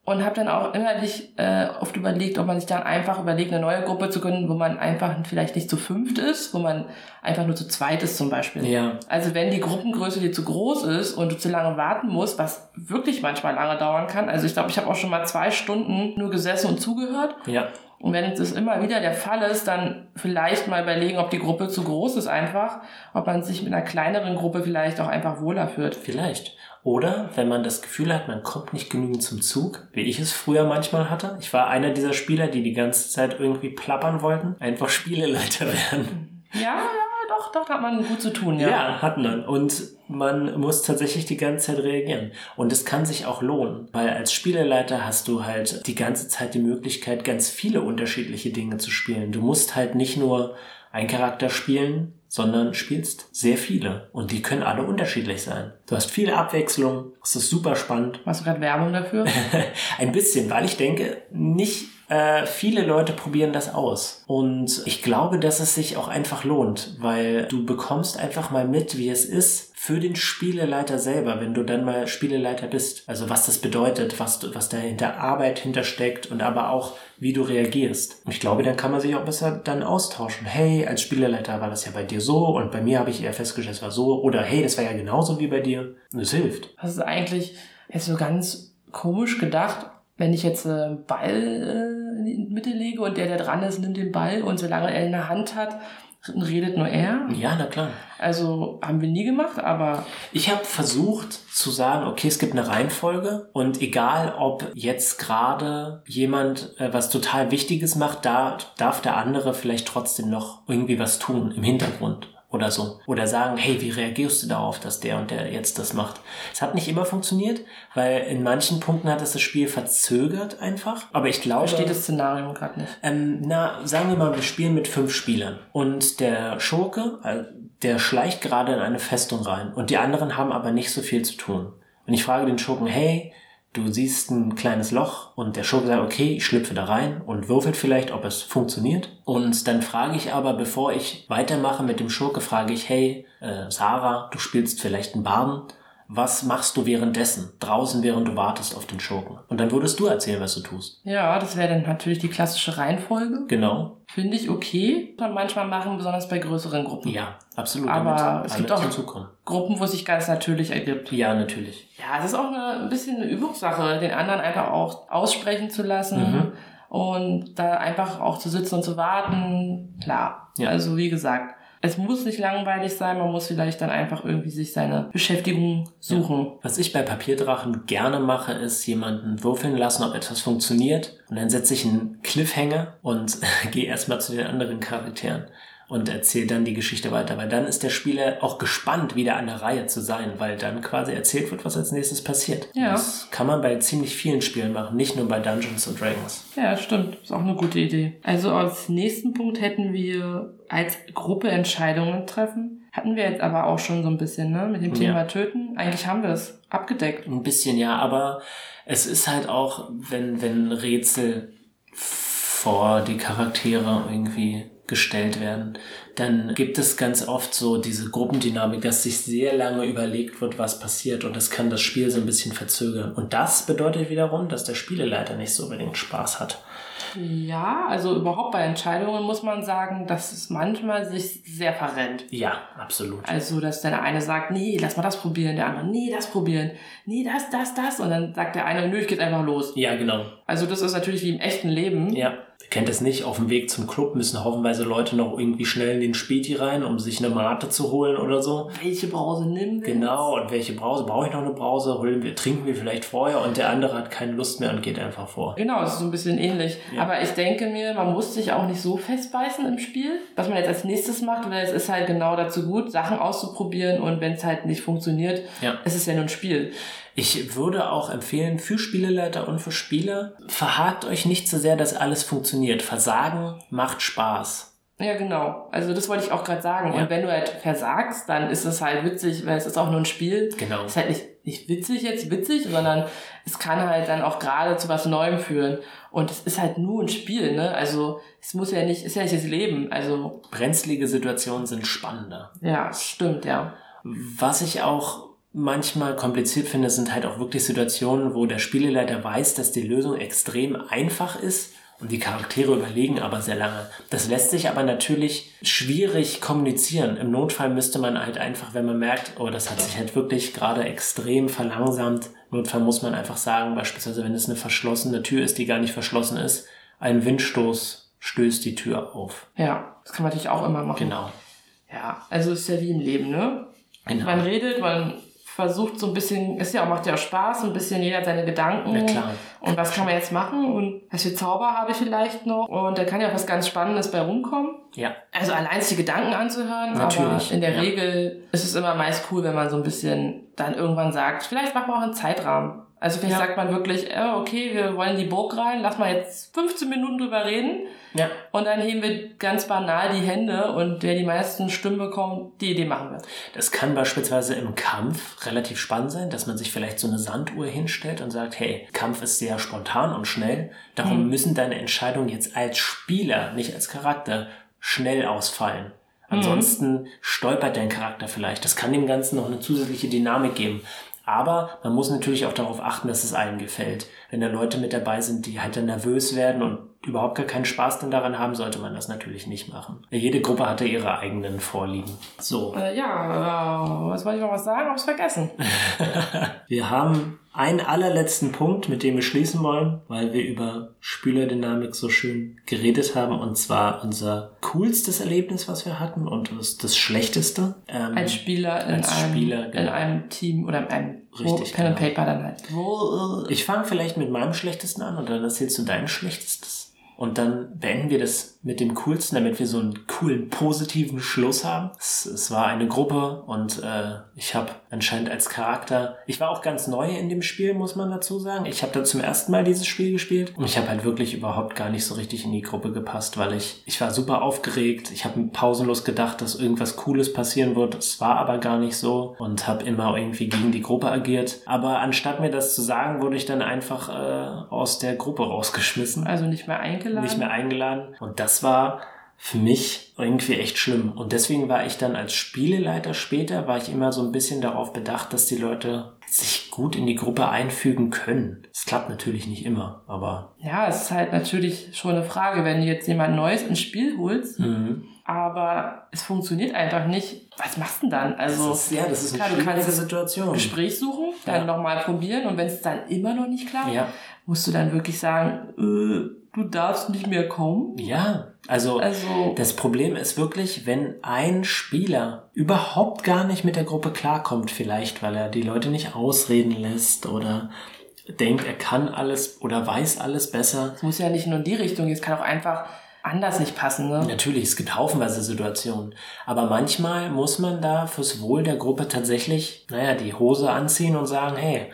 Speaker 3: Und habe dann auch inhaltlich äh, oft überlegt, ob man sich dann einfach überlegt, eine neue Gruppe zu gründen, wo man einfach vielleicht nicht zu fünft ist, wo man einfach nur zu zweit ist zum Beispiel.
Speaker 2: Ja.
Speaker 3: Also wenn die Gruppengröße dir zu groß ist und du zu lange warten musst, was wirklich manchmal lange dauern kann. Also ich glaube, ich habe auch schon mal zwei Stunden nur gesessen und zugehört.
Speaker 2: Ja.
Speaker 3: Und wenn das immer wieder der Fall ist, dann vielleicht mal überlegen, ob die Gruppe zu groß ist einfach, ob man sich mit einer kleineren Gruppe vielleicht auch einfach wohler fühlt.
Speaker 2: Vielleicht. Oder wenn man das Gefühl hat, man kommt nicht genügend zum Zug, wie ich es früher manchmal hatte. Ich war einer dieser Spieler, die die ganze Zeit irgendwie plappern wollten, einfach Spieleleiter werden.
Speaker 3: Ja, ja, doch, doch, da hat man gut zu tun, ja.
Speaker 2: Ja, hat man. Und man muss tatsächlich die ganze Zeit reagieren. Und es kann sich auch lohnen, weil als Spieleleiter hast du halt die ganze Zeit die Möglichkeit, ganz viele unterschiedliche Dinge zu spielen. Du musst halt nicht nur einen Charakter spielen, sondern spielst sehr viele. Und die können alle unterschiedlich sein. Du hast viele Abwechslung, es ist super spannend.
Speaker 3: Machst du gerade Werbung dafür?
Speaker 2: Ein bisschen, weil ich denke, nicht äh, viele Leute probieren das aus. Und ich glaube, dass es sich auch einfach lohnt, weil du bekommst einfach mal mit, wie es ist für den Spieleleiter selber, wenn du dann mal Spieleleiter bist. Also was das bedeutet, was, du, was da hinter Arbeit hintersteckt und aber auch, wie du reagierst. Und ich glaube, dann kann man sich auch besser dann austauschen. Hey, als Spieleleiter war das ja bei dir so und bei mir habe ich eher festgestellt, es war so. Oder hey, das war ja genauso wie bei dir. Und es hilft.
Speaker 3: Das ist eigentlich jetzt so ganz komisch gedacht, wenn ich jetzt einen Ball äh, in die Mitte lege und der, der dran ist, nimmt den Ball und solange er in der Hand hat, redet nur er.
Speaker 2: Ja, na klar.
Speaker 3: Also haben wir nie gemacht, aber...
Speaker 2: Ich habe versucht zu sagen, okay, es gibt eine Reihenfolge und egal, ob jetzt gerade jemand äh, was total Wichtiges macht, da darf der andere vielleicht trotzdem noch irgendwie was tun im Hintergrund. Oder so. Oder sagen, hey, wie reagierst du darauf, dass der und der jetzt das macht? Es hat nicht immer funktioniert, weil in manchen Punkten hat es das Spiel verzögert einfach. Aber ich glaube...
Speaker 3: Versteht das Szenario gerade nicht.
Speaker 2: Ähm, na, sagen wir mal, wir spielen mit fünf Spielern. Und der Schurke, äh, der schleicht gerade in eine Festung rein. Und die anderen haben aber nicht so viel zu tun. Und ich frage den Schurken, hey, du siehst ein kleines Loch und der Schurke sagt, okay, ich schlüpfe da rein und würfelt vielleicht, ob es funktioniert. Und dann frage ich aber, bevor ich weitermache mit dem Schurke, frage ich, hey, äh, Sarah, du spielst vielleicht einen Barden. Was machst du währenddessen, draußen, während du wartest auf den Schurken? Und dann würdest du erzählen, was du tust.
Speaker 3: Ja, das wäre dann natürlich die klassische Reihenfolge.
Speaker 2: Genau.
Speaker 3: Finde ich okay. Kann man manchmal machen, besonders bei größeren Gruppen.
Speaker 2: Ja, absolut.
Speaker 3: Aber es gibt auch
Speaker 2: hinzukommen.
Speaker 3: Gruppen, wo es sich ganz natürlich ergibt.
Speaker 2: Ja, natürlich.
Speaker 3: Ja, es ist auch eine, ein bisschen eine Übungssache, den anderen einfach auch aussprechen zu lassen. Mhm. Und da einfach auch zu sitzen und zu warten. Klar. Ja. Also wie gesagt, es muss nicht langweilig sein, man muss vielleicht dann einfach irgendwie sich seine Beschäftigung suchen.
Speaker 2: Ja. Was ich bei Papierdrachen gerne mache, ist jemanden würfeln lassen, ob etwas funktioniert. Und dann setze ich einen Cliffhanger und gehe erstmal zu den anderen Charakteren und erzähle dann die Geschichte weiter. Weil dann ist der Spieler auch gespannt, wieder an der Reihe zu sein, weil dann quasi erzählt wird, was als nächstes passiert.
Speaker 3: Ja.
Speaker 2: Das kann man bei ziemlich vielen Spielen machen, nicht nur bei Dungeons and Dragons.
Speaker 3: Ja, stimmt. Ist auch eine gute Idee. Also als nächsten Punkt hätten wir als Gruppe Entscheidungen treffen. Hatten wir jetzt aber auch schon so ein bisschen, ne? Mit dem Thema ja. Töten. Eigentlich haben wir es abgedeckt.
Speaker 2: Ein bisschen, ja, aber es ist halt auch, wenn, wenn Rätsel vor die Charaktere irgendwie gestellt werden, dann gibt es ganz oft so diese Gruppendynamik, dass sich sehr lange überlegt wird, was passiert und das kann das Spiel so ein bisschen verzögern. Und das bedeutet wiederum, dass der Spieleleiter nicht so unbedingt Spaß hat.
Speaker 3: Ja, also überhaupt bei Entscheidungen muss man sagen, dass es manchmal sich sehr verrennt.
Speaker 2: Ja, absolut.
Speaker 3: Also, dass der eine sagt, nee, lass mal das probieren, der andere, nee, das probieren, nee, das, das, das und dann sagt der eine, nö, ich geh einfach los.
Speaker 2: Ja, genau.
Speaker 3: Also das ist natürlich wie im echten Leben.
Speaker 2: Ja. Ihr kennt es nicht, auf dem Weg zum Club müssen haufenweise Leute noch irgendwie schnell in den Späti rein, um sich eine Mate zu holen oder so.
Speaker 3: Welche Brause nehmen wir?
Speaker 2: Genau, und welche Brause? Brauche ich noch eine Brause? Holen wir, trinken wir vielleicht vorher und der andere hat keine Lust mehr und geht einfach vor.
Speaker 3: Genau, das ist so ein bisschen ähnlich. Ja. Aber ich denke mir, man muss sich auch nicht so festbeißen im Spiel, was man jetzt als nächstes macht, weil es ist halt genau dazu gut, Sachen auszuprobieren und wenn es halt nicht funktioniert, ja. es ist ja nur ein Spiel.
Speaker 2: Ich würde auch empfehlen, für Spieleleiter und für Spieler, verhakt euch nicht so sehr, dass alles funktioniert. Versagen macht Spaß.
Speaker 3: Ja, genau. Also das wollte ich auch gerade sagen. Ja. Und wenn du halt versagst, dann ist es halt witzig, weil es ist auch nur ein Spiel.
Speaker 2: Genau.
Speaker 3: Es ist halt nicht, nicht witzig jetzt, witzig, sondern es kann halt dann auch gerade zu was Neuem führen. Und es ist halt nur ein Spiel, ne? Also es muss ja nicht, ist ja nicht das Leben. Also
Speaker 2: brenzlige Situationen sind spannender.
Speaker 3: Ja, stimmt, ja.
Speaker 2: Was ich auch manchmal kompliziert finde, sind halt auch wirklich Situationen, wo der Spieleleiter weiß, dass die Lösung extrem einfach ist und die Charaktere überlegen aber sehr lange. Das lässt sich aber natürlich schwierig kommunizieren. Im Notfall müsste man halt einfach, wenn man merkt, oh, das hat sich halt wirklich gerade extrem verlangsamt, im Notfall muss man einfach sagen, beispielsweise wenn es eine verschlossene Tür ist, die gar nicht verschlossen ist, ein Windstoß stößt die Tür auf.
Speaker 3: Ja, das kann man natürlich auch immer machen.
Speaker 2: Genau.
Speaker 3: Ja, also ist ja wie im Leben, ne?
Speaker 2: Genau.
Speaker 3: Man redet, man versucht so ein bisschen, ist ja auch, macht ja auch Spaß, so ein bisschen jeder hat seine Gedanken.
Speaker 2: Na klar.
Speaker 3: Und was kann man jetzt machen? Und was für Zauber habe ich vielleicht noch? Und da kann ja auch was ganz Spannendes bei rumkommen.
Speaker 2: Ja.
Speaker 3: Also allein die Gedanken anzuhören,
Speaker 2: Natürlich.
Speaker 3: aber in der
Speaker 2: ja.
Speaker 3: Regel ist es immer meist cool, wenn man so ein bisschen dann irgendwann sagt, vielleicht machen wir auch einen Zeitrahmen. Also vielleicht
Speaker 2: Ja.
Speaker 3: sagt man wirklich, äh, okay, wir wollen die Burg rein, lass mal jetzt fünfzehn Minuten drüber reden.
Speaker 2: Ja.
Speaker 3: Und dann heben wir ganz banal die Hände und der die meisten Stimmen bekommt, die Idee machen wir.
Speaker 2: Das kann beispielsweise im Kampf relativ spannend sein, dass man sich vielleicht so eine Sanduhr hinstellt und sagt, hey, Kampf ist sehr spontan und schnell, darum mhm. müssen deine Entscheidungen jetzt als Spieler, nicht als Charakter, schnell ausfallen. Ansonsten mhm. stolpert dein Charakter vielleicht. Das kann dem Ganzen noch eine zusätzliche Dynamik geben. Aber man muss natürlich auch darauf achten, dass es allen gefällt. Wenn da Leute mit dabei sind, die halt dann nervös werden und überhaupt gar keinen Spaß dann daran haben, sollte man das natürlich nicht machen. Jede Gruppe hatte ihre eigenen Vorlieben. So.
Speaker 3: Äh, ja, äh, was wollte ich noch was sagen? Hab's vergessen.
Speaker 2: Wir haben einen allerletzten Punkt, mit dem wir schließen wollen, weil wir über Spielerdynamik so schön geredet haben, und zwar unser coolstes Erlebnis, was wir hatten, und das, das schlechteste. Ähm,
Speaker 3: als Spieler, in,
Speaker 2: als
Speaker 3: einem,
Speaker 2: Spieler genau.
Speaker 3: in einem Team oder in einem
Speaker 2: Richtig,
Speaker 3: Pen and
Speaker 2: genau.
Speaker 3: Paper dann halt. Wo,
Speaker 2: ich fange vielleicht mit meinem schlechtesten an und dann erzählst du dein schlechtestes. Und dann beenden wir das mit dem Coolsten, damit wir so einen coolen, positiven Schluss haben. Es, es war eine Gruppe und äh, ich habe anscheinend als Charakter... Ich war auch ganz neu in dem Spiel, muss man dazu sagen. Ich habe da zum ersten Mal dieses Spiel gespielt und ich habe halt wirklich überhaupt gar nicht so richtig in die Gruppe gepasst, weil ich... Ich war super aufgeregt. Ich habe pausenlos gedacht, dass irgendwas Cooles passieren wird. Es war aber gar nicht so und habe immer irgendwie gegen die Gruppe agiert. Aber anstatt mir das zu sagen, wurde ich dann einfach äh, aus der Gruppe rausgeschmissen.
Speaker 3: Also nicht mehr eingeladen?
Speaker 2: Nicht mehr eingeladen. Und das war für mich irgendwie echt schlimm. Und deswegen war ich dann als Spieleleiter später, war ich immer so ein bisschen darauf bedacht, dass die Leute sich gut in die Gruppe einfügen können. Das klappt natürlich nicht immer, aber...
Speaker 3: Ja, es ist halt natürlich schon eine Frage, wenn du jetzt jemand Neues ins Spiel holst, mhm. aber es funktioniert einfach nicht. Was machst du denn dann? Also,
Speaker 2: das ist, ja, das ist eine
Speaker 3: klar,
Speaker 2: schwierige Situation.
Speaker 3: Gespräch suchen, dann ja. nochmal probieren und wenn es dann immer noch nicht klappt,
Speaker 2: ja.
Speaker 3: musst du dann wirklich sagen, äh, du darfst nicht mehr kommen.
Speaker 2: Ja, also, also das Problem ist wirklich, wenn ein Spieler überhaupt gar nicht mit der Gruppe klarkommt, vielleicht, weil er die Leute nicht ausreden lässt oder denkt, er kann alles oder weiß alles besser.
Speaker 3: Es muss ja nicht nur in die Richtung gehen, es kann auch einfach anders nicht passen, ne?
Speaker 2: Natürlich, es gibt haufenweise Situationen. Aber manchmal muss man da fürs Wohl der Gruppe tatsächlich, naja, die Hose anziehen und sagen, hey,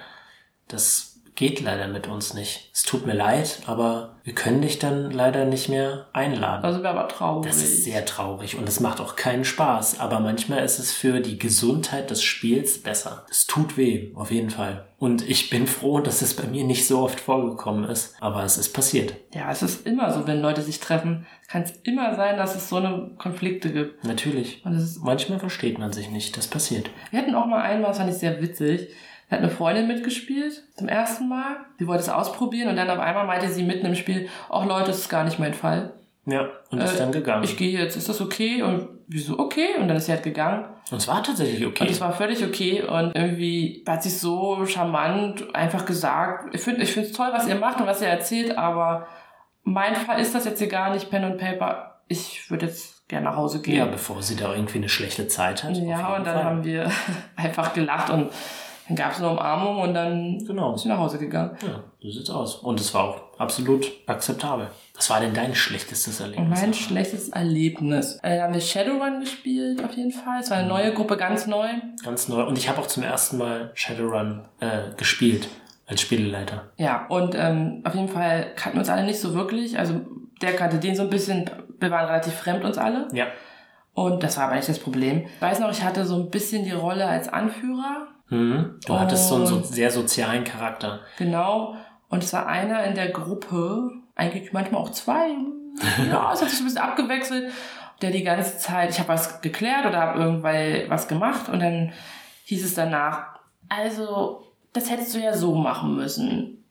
Speaker 2: das geht leider mit uns nicht. Es tut mir leid, aber wir können dich dann leider nicht mehr einladen.
Speaker 3: Das wäre aber traurig.
Speaker 2: Das ist sehr traurig und es macht auch keinen Spaß. Aber manchmal ist es für die Gesundheit des Spiels besser. Es tut weh, auf jeden Fall. Und ich bin froh, dass es bei mir nicht so oft vorgekommen ist. Aber es ist passiert.
Speaker 3: Ja, es ist immer so, wenn Leute sich treffen, kann es immer sein, dass es so eine Konflikte gibt.
Speaker 2: Natürlich.
Speaker 3: Und das ist
Speaker 2: manchmal versteht man sich nicht. Das passiert.
Speaker 3: Wir hatten auch mal einmal, das fand ich sehr witzig, da hat eine Freundin mitgespielt, zum ersten Mal. Sie wollte es ausprobieren und dann auf einmal meinte sie mitten im Spiel, ach Leute, das ist gar nicht mein Fall.
Speaker 2: Ja, und ist äh, dann gegangen.
Speaker 3: Ich gehe jetzt, ist das okay? Und wieso okay? Und dann ist sie halt gegangen.
Speaker 2: Und es war tatsächlich okay.
Speaker 3: Und es war völlig okay und irgendwie hat sie so charmant einfach gesagt, ich finde ich finde es toll, was ihr macht und was ihr erzählt, aber mein Fall ist das jetzt hier gar nicht, Pen and Paper. Ich würde jetzt gerne nach Hause gehen.
Speaker 2: Ja, bevor sie da irgendwie eine schlechte Zeit hat.
Speaker 3: Ja, und dann Fall. haben wir einfach gelacht und dann gab es eine Umarmung und dann
Speaker 2: genau.
Speaker 3: ist sie nach Hause gegangen.
Speaker 2: Ja, so sieht's aus. Und es war auch absolut akzeptabel. Was war denn dein schlechtestes Erlebnis?
Speaker 3: Mein schlechtes Erlebnis. Äh, da haben wir Shadowrun gespielt, auf jeden Fall. Es war eine mhm. neue Gruppe, ganz neu.
Speaker 2: Ganz neu. Und ich habe auch zum ersten Mal Shadowrun äh, gespielt, als Spieleleiter.
Speaker 3: Ja, und ähm, auf jeden Fall kannten uns alle nicht so wirklich. Also der kannte den so ein bisschen. Wir waren relativ fremd uns alle.
Speaker 2: Ja.
Speaker 3: Und das war aber nicht das Problem. Ich weiß noch, ich hatte so ein bisschen die Rolle als Anführer.
Speaker 2: Mhm. Du hattest so einen so sehr sozialen Charakter.
Speaker 3: Genau. Und es war einer in der Gruppe, eigentlich manchmal auch zwei. Ja, es hat sich ein bisschen abgewechselt. Der die ganze Zeit, ich habe was geklärt oder habe irgendwann was gemacht und dann hieß es danach, also, das hättest du ja so machen müssen.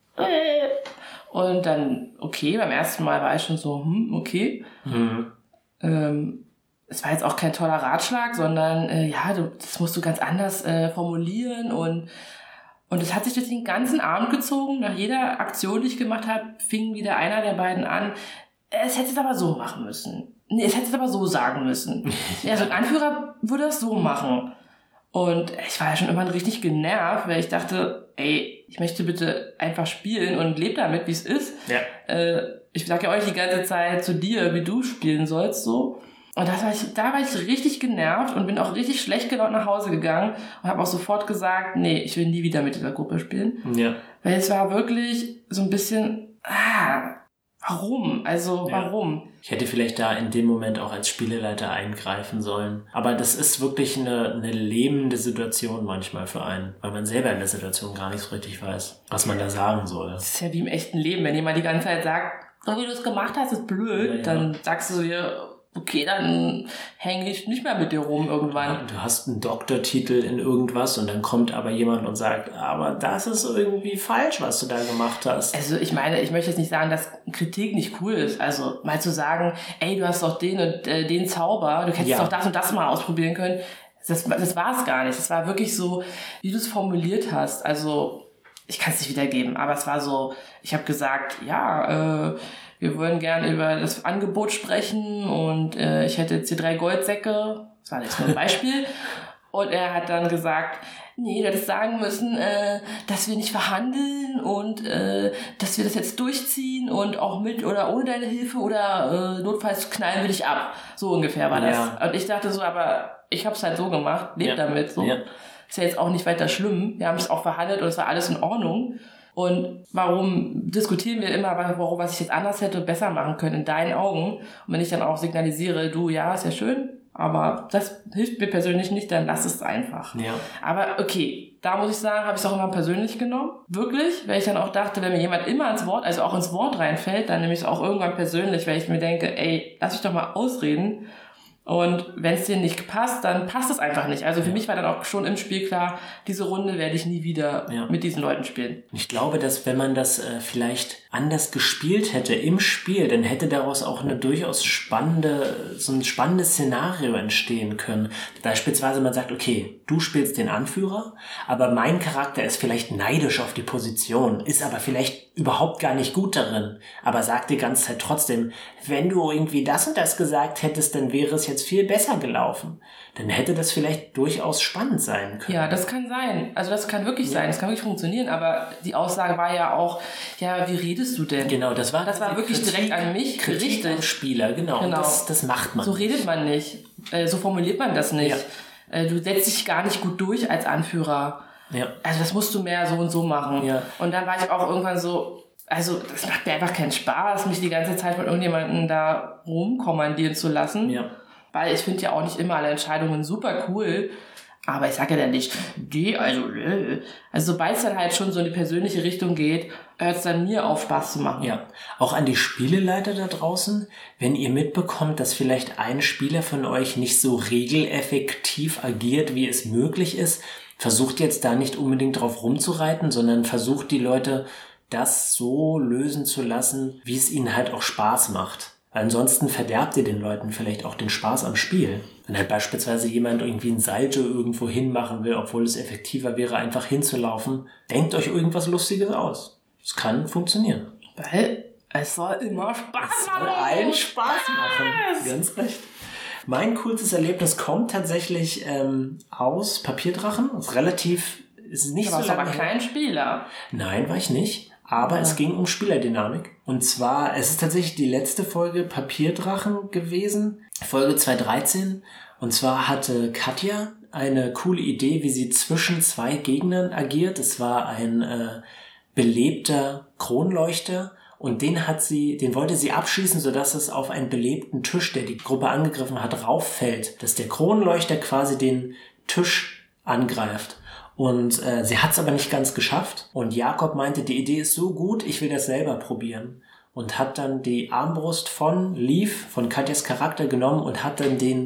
Speaker 3: Und dann, okay, beim ersten Mal war ich schon so, hm, okay. Mhm. Ähm, es war jetzt auch kein toller Ratschlag, sondern, äh, ja, du, das musst du ganz anders äh, formulieren und Und es hat sich durch den ganzen Abend gezogen. Nach jeder Aktion, die ich gemacht habe, fing wieder einer der beiden an, es hätte es aber so machen müssen. Nee, es hätte es aber so sagen müssen. Ja, so ein Anführer würde das so machen. Und ich war ja schon irgendwann richtig genervt, weil ich dachte, ey, ich möchte bitte einfach spielen und lebe damit, wie es ist. Ja. Äh, ich sage ja euch die ganze Zeit zu dir, wie du spielen sollst, so. Und das war ich, da war ich richtig genervt und bin auch richtig schlecht gelaunt nach Hause gegangen und habe auch sofort gesagt, nee, ich will nie wieder mit dieser Gruppe spielen. Ja. Weil es war wirklich so ein bisschen, ah, warum? Also, ja. warum?
Speaker 2: Ich hätte vielleicht da in dem Moment auch als Spieleleiter eingreifen sollen. Aber das ist wirklich eine, eine lähmende Situation manchmal für einen, weil man selber in der Situation gar nicht so richtig weiß, was man da sagen soll.
Speaker 3: Das ist ja wie im echten Leben. Wenn jemand die ganze Zeit sagt, so wie du es gemacht hast, ist blöd, ja, ja. dann sagst du dir, okay, dann hänge ich nicht mehr mit dir rum irgendwann.
Speaker 2: Ja, du hast einen Doktortitel in irgendwas und dann kommt aber jemand und sagt, aber das ist irgendwie falsch, was du da gemacht hast.
Speaker 3: Also ich meine, ich möchte jetzt nicht sagen, dass Kritik nicht cool ist. Also mal zu sagen, ey, du hast doch den und äh, den Zauber, du hättest ja. doch das und das mal ausprobieren können. Das, das war es gar nicht. Es war wirklich so, wie du es formuliert hast. Also ich kann es nicht wiedergeben, aber es war so, ich habe gesagt, ja, äh, wir wollen gerne über das Angebot sprechen und äh, ich hätte jetzt hier drei Goldsäcke. Das war jetzt nur ein Beispiel. Und er hat dann gesagt, nee, du hättest sagen müssen, äh, dass wir nicht verhandeln und äh, dass wir das jetzt durchziehen und auch mit oder ohne deine Hilfe oder äh, notfalls knallen wir dich ab. So ungefähr war das. Ja. Und ich dachte so, aber ich habe es halt so gemacht, leb ja. damit. So. Ja. Ist ja jetzt auch nicht weiter schlimm. Wir haben es auch verhandelt und es war alles in Ordnung. Und warum diskutieren wir immer, warum, was ich jetzt anders hätte und besser machen können in deinen Augen? Und wenn ich dann auch signalisiere, du, ja, ist ja schön, aber das hilft mir persönlich nicht, dann lass es einfach. Ja. Aber okay, da muss ich sagen, habe ich es auch immer persönlich genommen. Wirklich, weil ich dann auch dachte, wenn mir jemand immer ins Wort, also auch ins Wort reinfällt, dann nehme ich es auch irgendwann persönlich, weil ich mir denke, ey, lass mich doch mal ausreden. Und wenn es dir nicht passt, dann passt es einfach nicht. Also für ja. mich war dann auch schon im Spiel klar, diese Runde werde ich nie wieder ja. mit diesen Leuten spielen.
Speaker 2: Ich glaube, dass wenn man das äh, vielleicht anders gespielt hätte im Spiel, dann hätte daraus auch eine durchaus spannende, so ein spannendes Szenario entstehen können. Beispielsweise man sagt, okay, du spielst den Anführer, aber mein Charakter ist vielleicht neidisch auf die Position, ist aber vielleicht überhaupt gar nicht gut darin, aber sagt die ganze Zeit trotzdem, wenn du irgendwie das und das gesagt hättest, dann wäre es jetzt viel besser gelaufen. Dann hätte das vielleicht durchaus spannend sein können.
Speaker 3: Ja, das kann sein. Also das kann wirklich ja. sein. Das kann wirklich funktionieren. Aber die Aussage war ja auch, ja, wie redest du denn?
Speaker 2: Genau, das war
Speaker 3: das war wirklich Kritik, direkt an mich
Speaker 2: Kritik gerichtet. Spieler, genau. genau. Das, das macht man.
Speaker 3: So redet man nicht. So formuliert man das nicht. Ja. Du setzt dich gar nicht gut durch als Anführer. Ja. Also das musst du mehr so und so machen. Ja. Und dann war ich auch irgendwann so, also das macht mir einfach keinen Spaß, mich die ganze Zeit von irgendjemandem da rumkommandieren zu lassen. Ja. Weil ich finde ja auch nicht immer alle Entscheidungen super cool. Aber ich sage ja dann nicht, die, also, äh. also sobald es dann halt schon so in die persönliche Richtung geht, hört es dann mir auf, Spaß zu machen.
Speaker 2: Ja, auch an die Spieleleiter da draußen, wenn ihr mitbekommt, dass vielleicht ein Spieler von euch nicht so regeleffektiv agiert, wie es möglich ist, versucht jetzt da nicht unbedingt drauf rumzureiten, sondern versucht die Leute das so lösen zu lassen, wie es ihnen halt auch Spaß macht. Ansonsten verderbt ihr den Leuten vielleicht auch den Spaß am Spiel. Wenn halt beispielsweise jemand irgendwie ein Salto irgendwo hinmachen will, obwohl es effektiver wäre, einfach hinzulaufen, denkt euch irgendwas Lustiges aus. Es kann funktionieren.
Speaker 3: Weil es soll immer Spaß machen. Es soll
Speaker 2: allen Spaß machen. Ganz recht. Mein coolstes Erlebnis kommt tatsächlich ähm, aus Papierdrachen. Das ist relativ, ist nicht so lange.
Speaker 3: Du warst aber kein Spieler.
Speaker 2: Nein, war ich nicht. Aber ja. es ging um Spielerdynamik. Und zwar, es ist tatsächlich die letzte Folge Papierdrachen gewesen, Folge zweihundertdreizehn. Und zwar hatte Katja eine coole Idee, wie sie zwischen zwei Gegnern agiert. Es war ein äh, belebter Kronleuchter und den hat sie, den wollte sie abschießen, sodass es auf einen belebten Tisch, der die Gruppe angegriffen hat, rauffällt. Dass der Kronleuchter quasi den Tisch angreift. Und äh, sie hat es aber nicht ganz geschafft. Und Jakob meinte, die Idee ist so gut, ich will das selber probieren. Und hat dann die Armbrust von Leaf, von Katjas Charakter genommen und hat dann den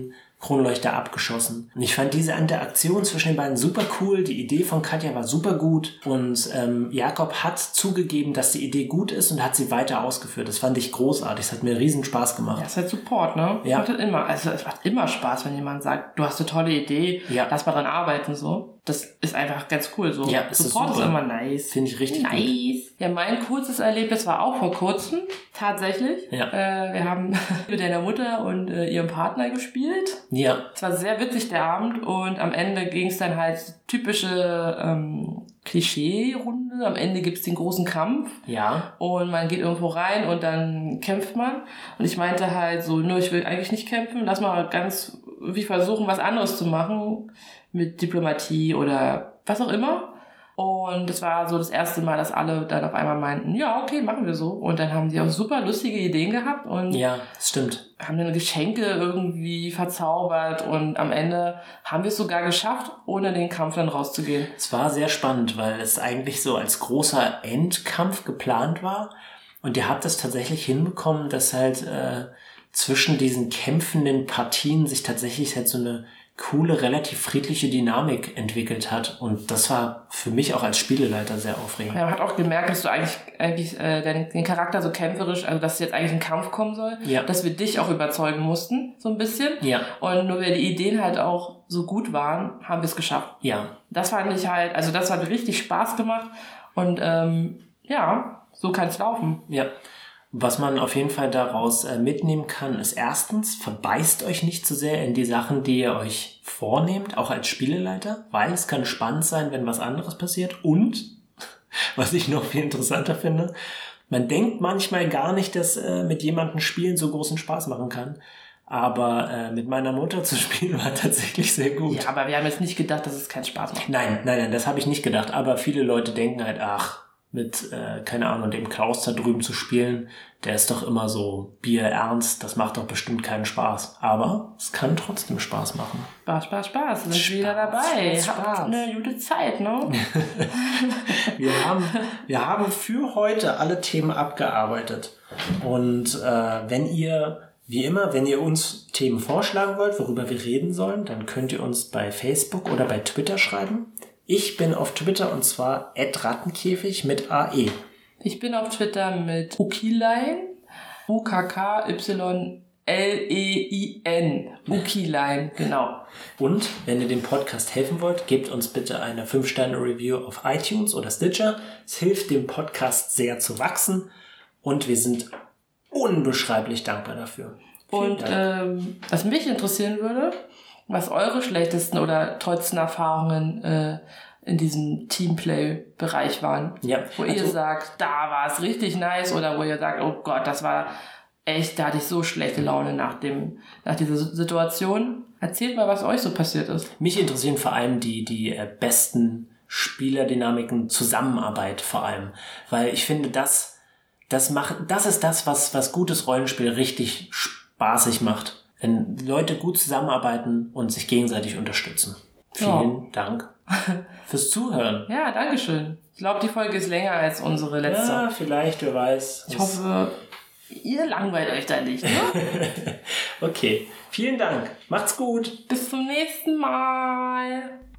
Speaker 2: Kronleuchter abgeschossen. Und ich fand diese Interaktion zwischen den beiden super cool. Die Idee von Katja war super gut. Und ähm, Jakob hat zugegeben, dass die Idee gut ist und hat sie weiter ausgeführt. Das fand ich großartig. Es hat mir riesen Spaß gemacht.
Speaker 3: Ja, ist halt Support, ne?
Speaker 2: Ja.
Speaker 3: Macht halt immer, also es macht immer Spaß, wenn jemand sagt, du hast eine tolle Idee,
Speaker 2: ja.
Speaker 3: lass mal dran arbeiten, so. Das ist einfach ganz cool, so.
Speaker 2: Ja, ist
Speaker 3: Support ist immer nice.
Speaker 2: Finde ich richtig
Speaker 3: nice. Gut. Ja, mein kurzes Erlebnis war auch vor kurzem, tatsächlich.
Speaker 2: Ja.
Speaker 3: Äh, wir haben mit deiner Mutter und äh, ihrem Partner gespielt.
Speaker 2: Ja.
Speaker 3: Es war sehr witzig, der Abend, und am Ende ging es dann halt typische ähm, Klischee-Runde. Am Ende gibt's den großen Kampf.
Speaker 2: Ja.
Speaker 3: Und man geht irgendwo rein und dann kämpft man. Und ich meinte halt so, nur ich will eigentlich nicht kämpfen. Lass mal ganz wie versuchen, was anderes zu machen. Mit Diplomatie oder was auch immer. Und das war so das erste Mal, dass alle dann auf einmal meinten, ja, okay, machen wir so. Und dann haben die auch super lustige Ideen gehabt. Und
Speaker 2: ja, das stimmt.
Speaker 3: Haben dann Geschenke irgendwie verzaubert. Und am Ende haben wir es sogar geschafft, ohne den Kampf dann rauszugehen.
Speaker 2: Es war sehr spannend, weil es eigentlich so als großer Endkampf geplant war. Und ihr habt es tatsächlich hinbekommen, dass halt äh, zwischen diesen kämpfenden Partien sich tatsächlich halt so eine coole, relativ friedliche Dynamik entwickelt hat. Und das war für mich auch als Spieleleiter sehr aufregend.
Speaker 3: Ja, man hat auch gemerkt, dass du eigentlich, eigentlich äh, den, den Charakter so kämpferisch, also dass jetzt eigentlich ein Kampf kommen soll,
Speaker 2: ja.
Speaker 3: dass wir dich auch überzeugen mussten, so ein bisschen.
Speaker 2: Ja.
Speaker 3: Und nur weil die Ideen halt auch so gut waren, haben wir es geschafft.
Speaker 2: Ja.
Speaker 3: Das fand ich halt, also das hat richtig Spaß gemacht. Und ähm, ja, so kann es laufen.
Speaker 2: Ja. Was man auf jeden Fall daraus äh, mitnehmen kann, ist erstens, verbeißt euch nicht zu sehr in die Sachen, die ihr euch vornehmt, auch als Spieleleiter, weil es kann spannend sein, wenn was anderes passiert. Und, was ich noch viel interessanter finde, man denkt manchmal gar nicht, dass äh, mit jemandem Spielen so großen Spaß machen kann. Aber äh, mit meiner Mutter zu spielen war tatsächlich sehr gut.
Speaker 3: Ja, aber wir haben jetzt nicht gedacht, dass es keinen Spaß macht.
Speaker 2: Nein, nein, nein, das habe ich nicht gedacht. Aber viele Leute denken halt, ach, mit, äh, keine Ahnung, dem Klaus da drüben zu spielen, der ist doch immer so bierernst, das macht doch bestimmt keinen Spaß. Aber es kann trotzdem Spaß machen.
Speaker 3: Spaß, Spaß, Spaß, sind
Speaker 2: Spaß,
Speaker 3: wieder dabei.
Speaker 2: Spaß, Spaß.
Speaker 3: Habt eine gute Zeit, ne?
Speaker 2: wir, haben, wir haben für heute alle Themen abgearbeitet. Und äh, wenn ihr, wie immer, wenn ihr uns Themen vorschlagen wollt, worüber wir reden sollen, dann könnt ihr uns bei Facebook oder bei Twitter schreiben. Ich bin auf Twitter und zwar at rattenkäfig mit A E.
Speaker 3: Ich bin auf Twitter mit Ukilein, U K K Y L E I N. Ukilein, genau.
Speaker 2: Und wenn ihr dem Podcast helfen wollt, gebt uns bitte eine fünf Sterne Review auf iTunes oder Stitcher. Es hilft dem Podcast sehr zu wachsen und wir sind unbeschreiblich dankbar dafür.
Speaker 3: Und ähm, was mich interessieren würde, was eure schlechtesten oder tollsten Erfahrungen äh, in diesem Teamplay-Bereich waren.
Speaker 2: Ja,
Speaker 3: wo
Speaker 2: also,
Speaker 3: ihr sagt, da war es richtig nice, oder wo ihr sagt, oh Gott, das war echt, da hatte ich so schlechte Laune nach dem, nach dieser Situation. Erzählt mal, was euch so passiert ist.
Speaker 2: Mich interessieren vor allem die, die äh, besten Spielerdynamiken, Zusammenarbeit vor allem. Weil ich finde, das, das macht, das ist das, was, was gutes Rollenspiel richtig spaßig macht. Wenn Leute gut zusammenarbeiten und sich gegenseitig unterstützen. Vielen ja. Dank fürs Zuhören.
Speaker 3: Ja, danke schön. Ich glaube, die Folge ist länger als unsere letzte.
Speaker 2: Ja, vielleicht, wer weiß.
Speaker 3: Ich hoffe, ihr langweilt euch da nicht, ne?
Speaker 2: Okay, vielen Dank. Macht's gut.
Speaker 3: Bis zum nächsten Mal.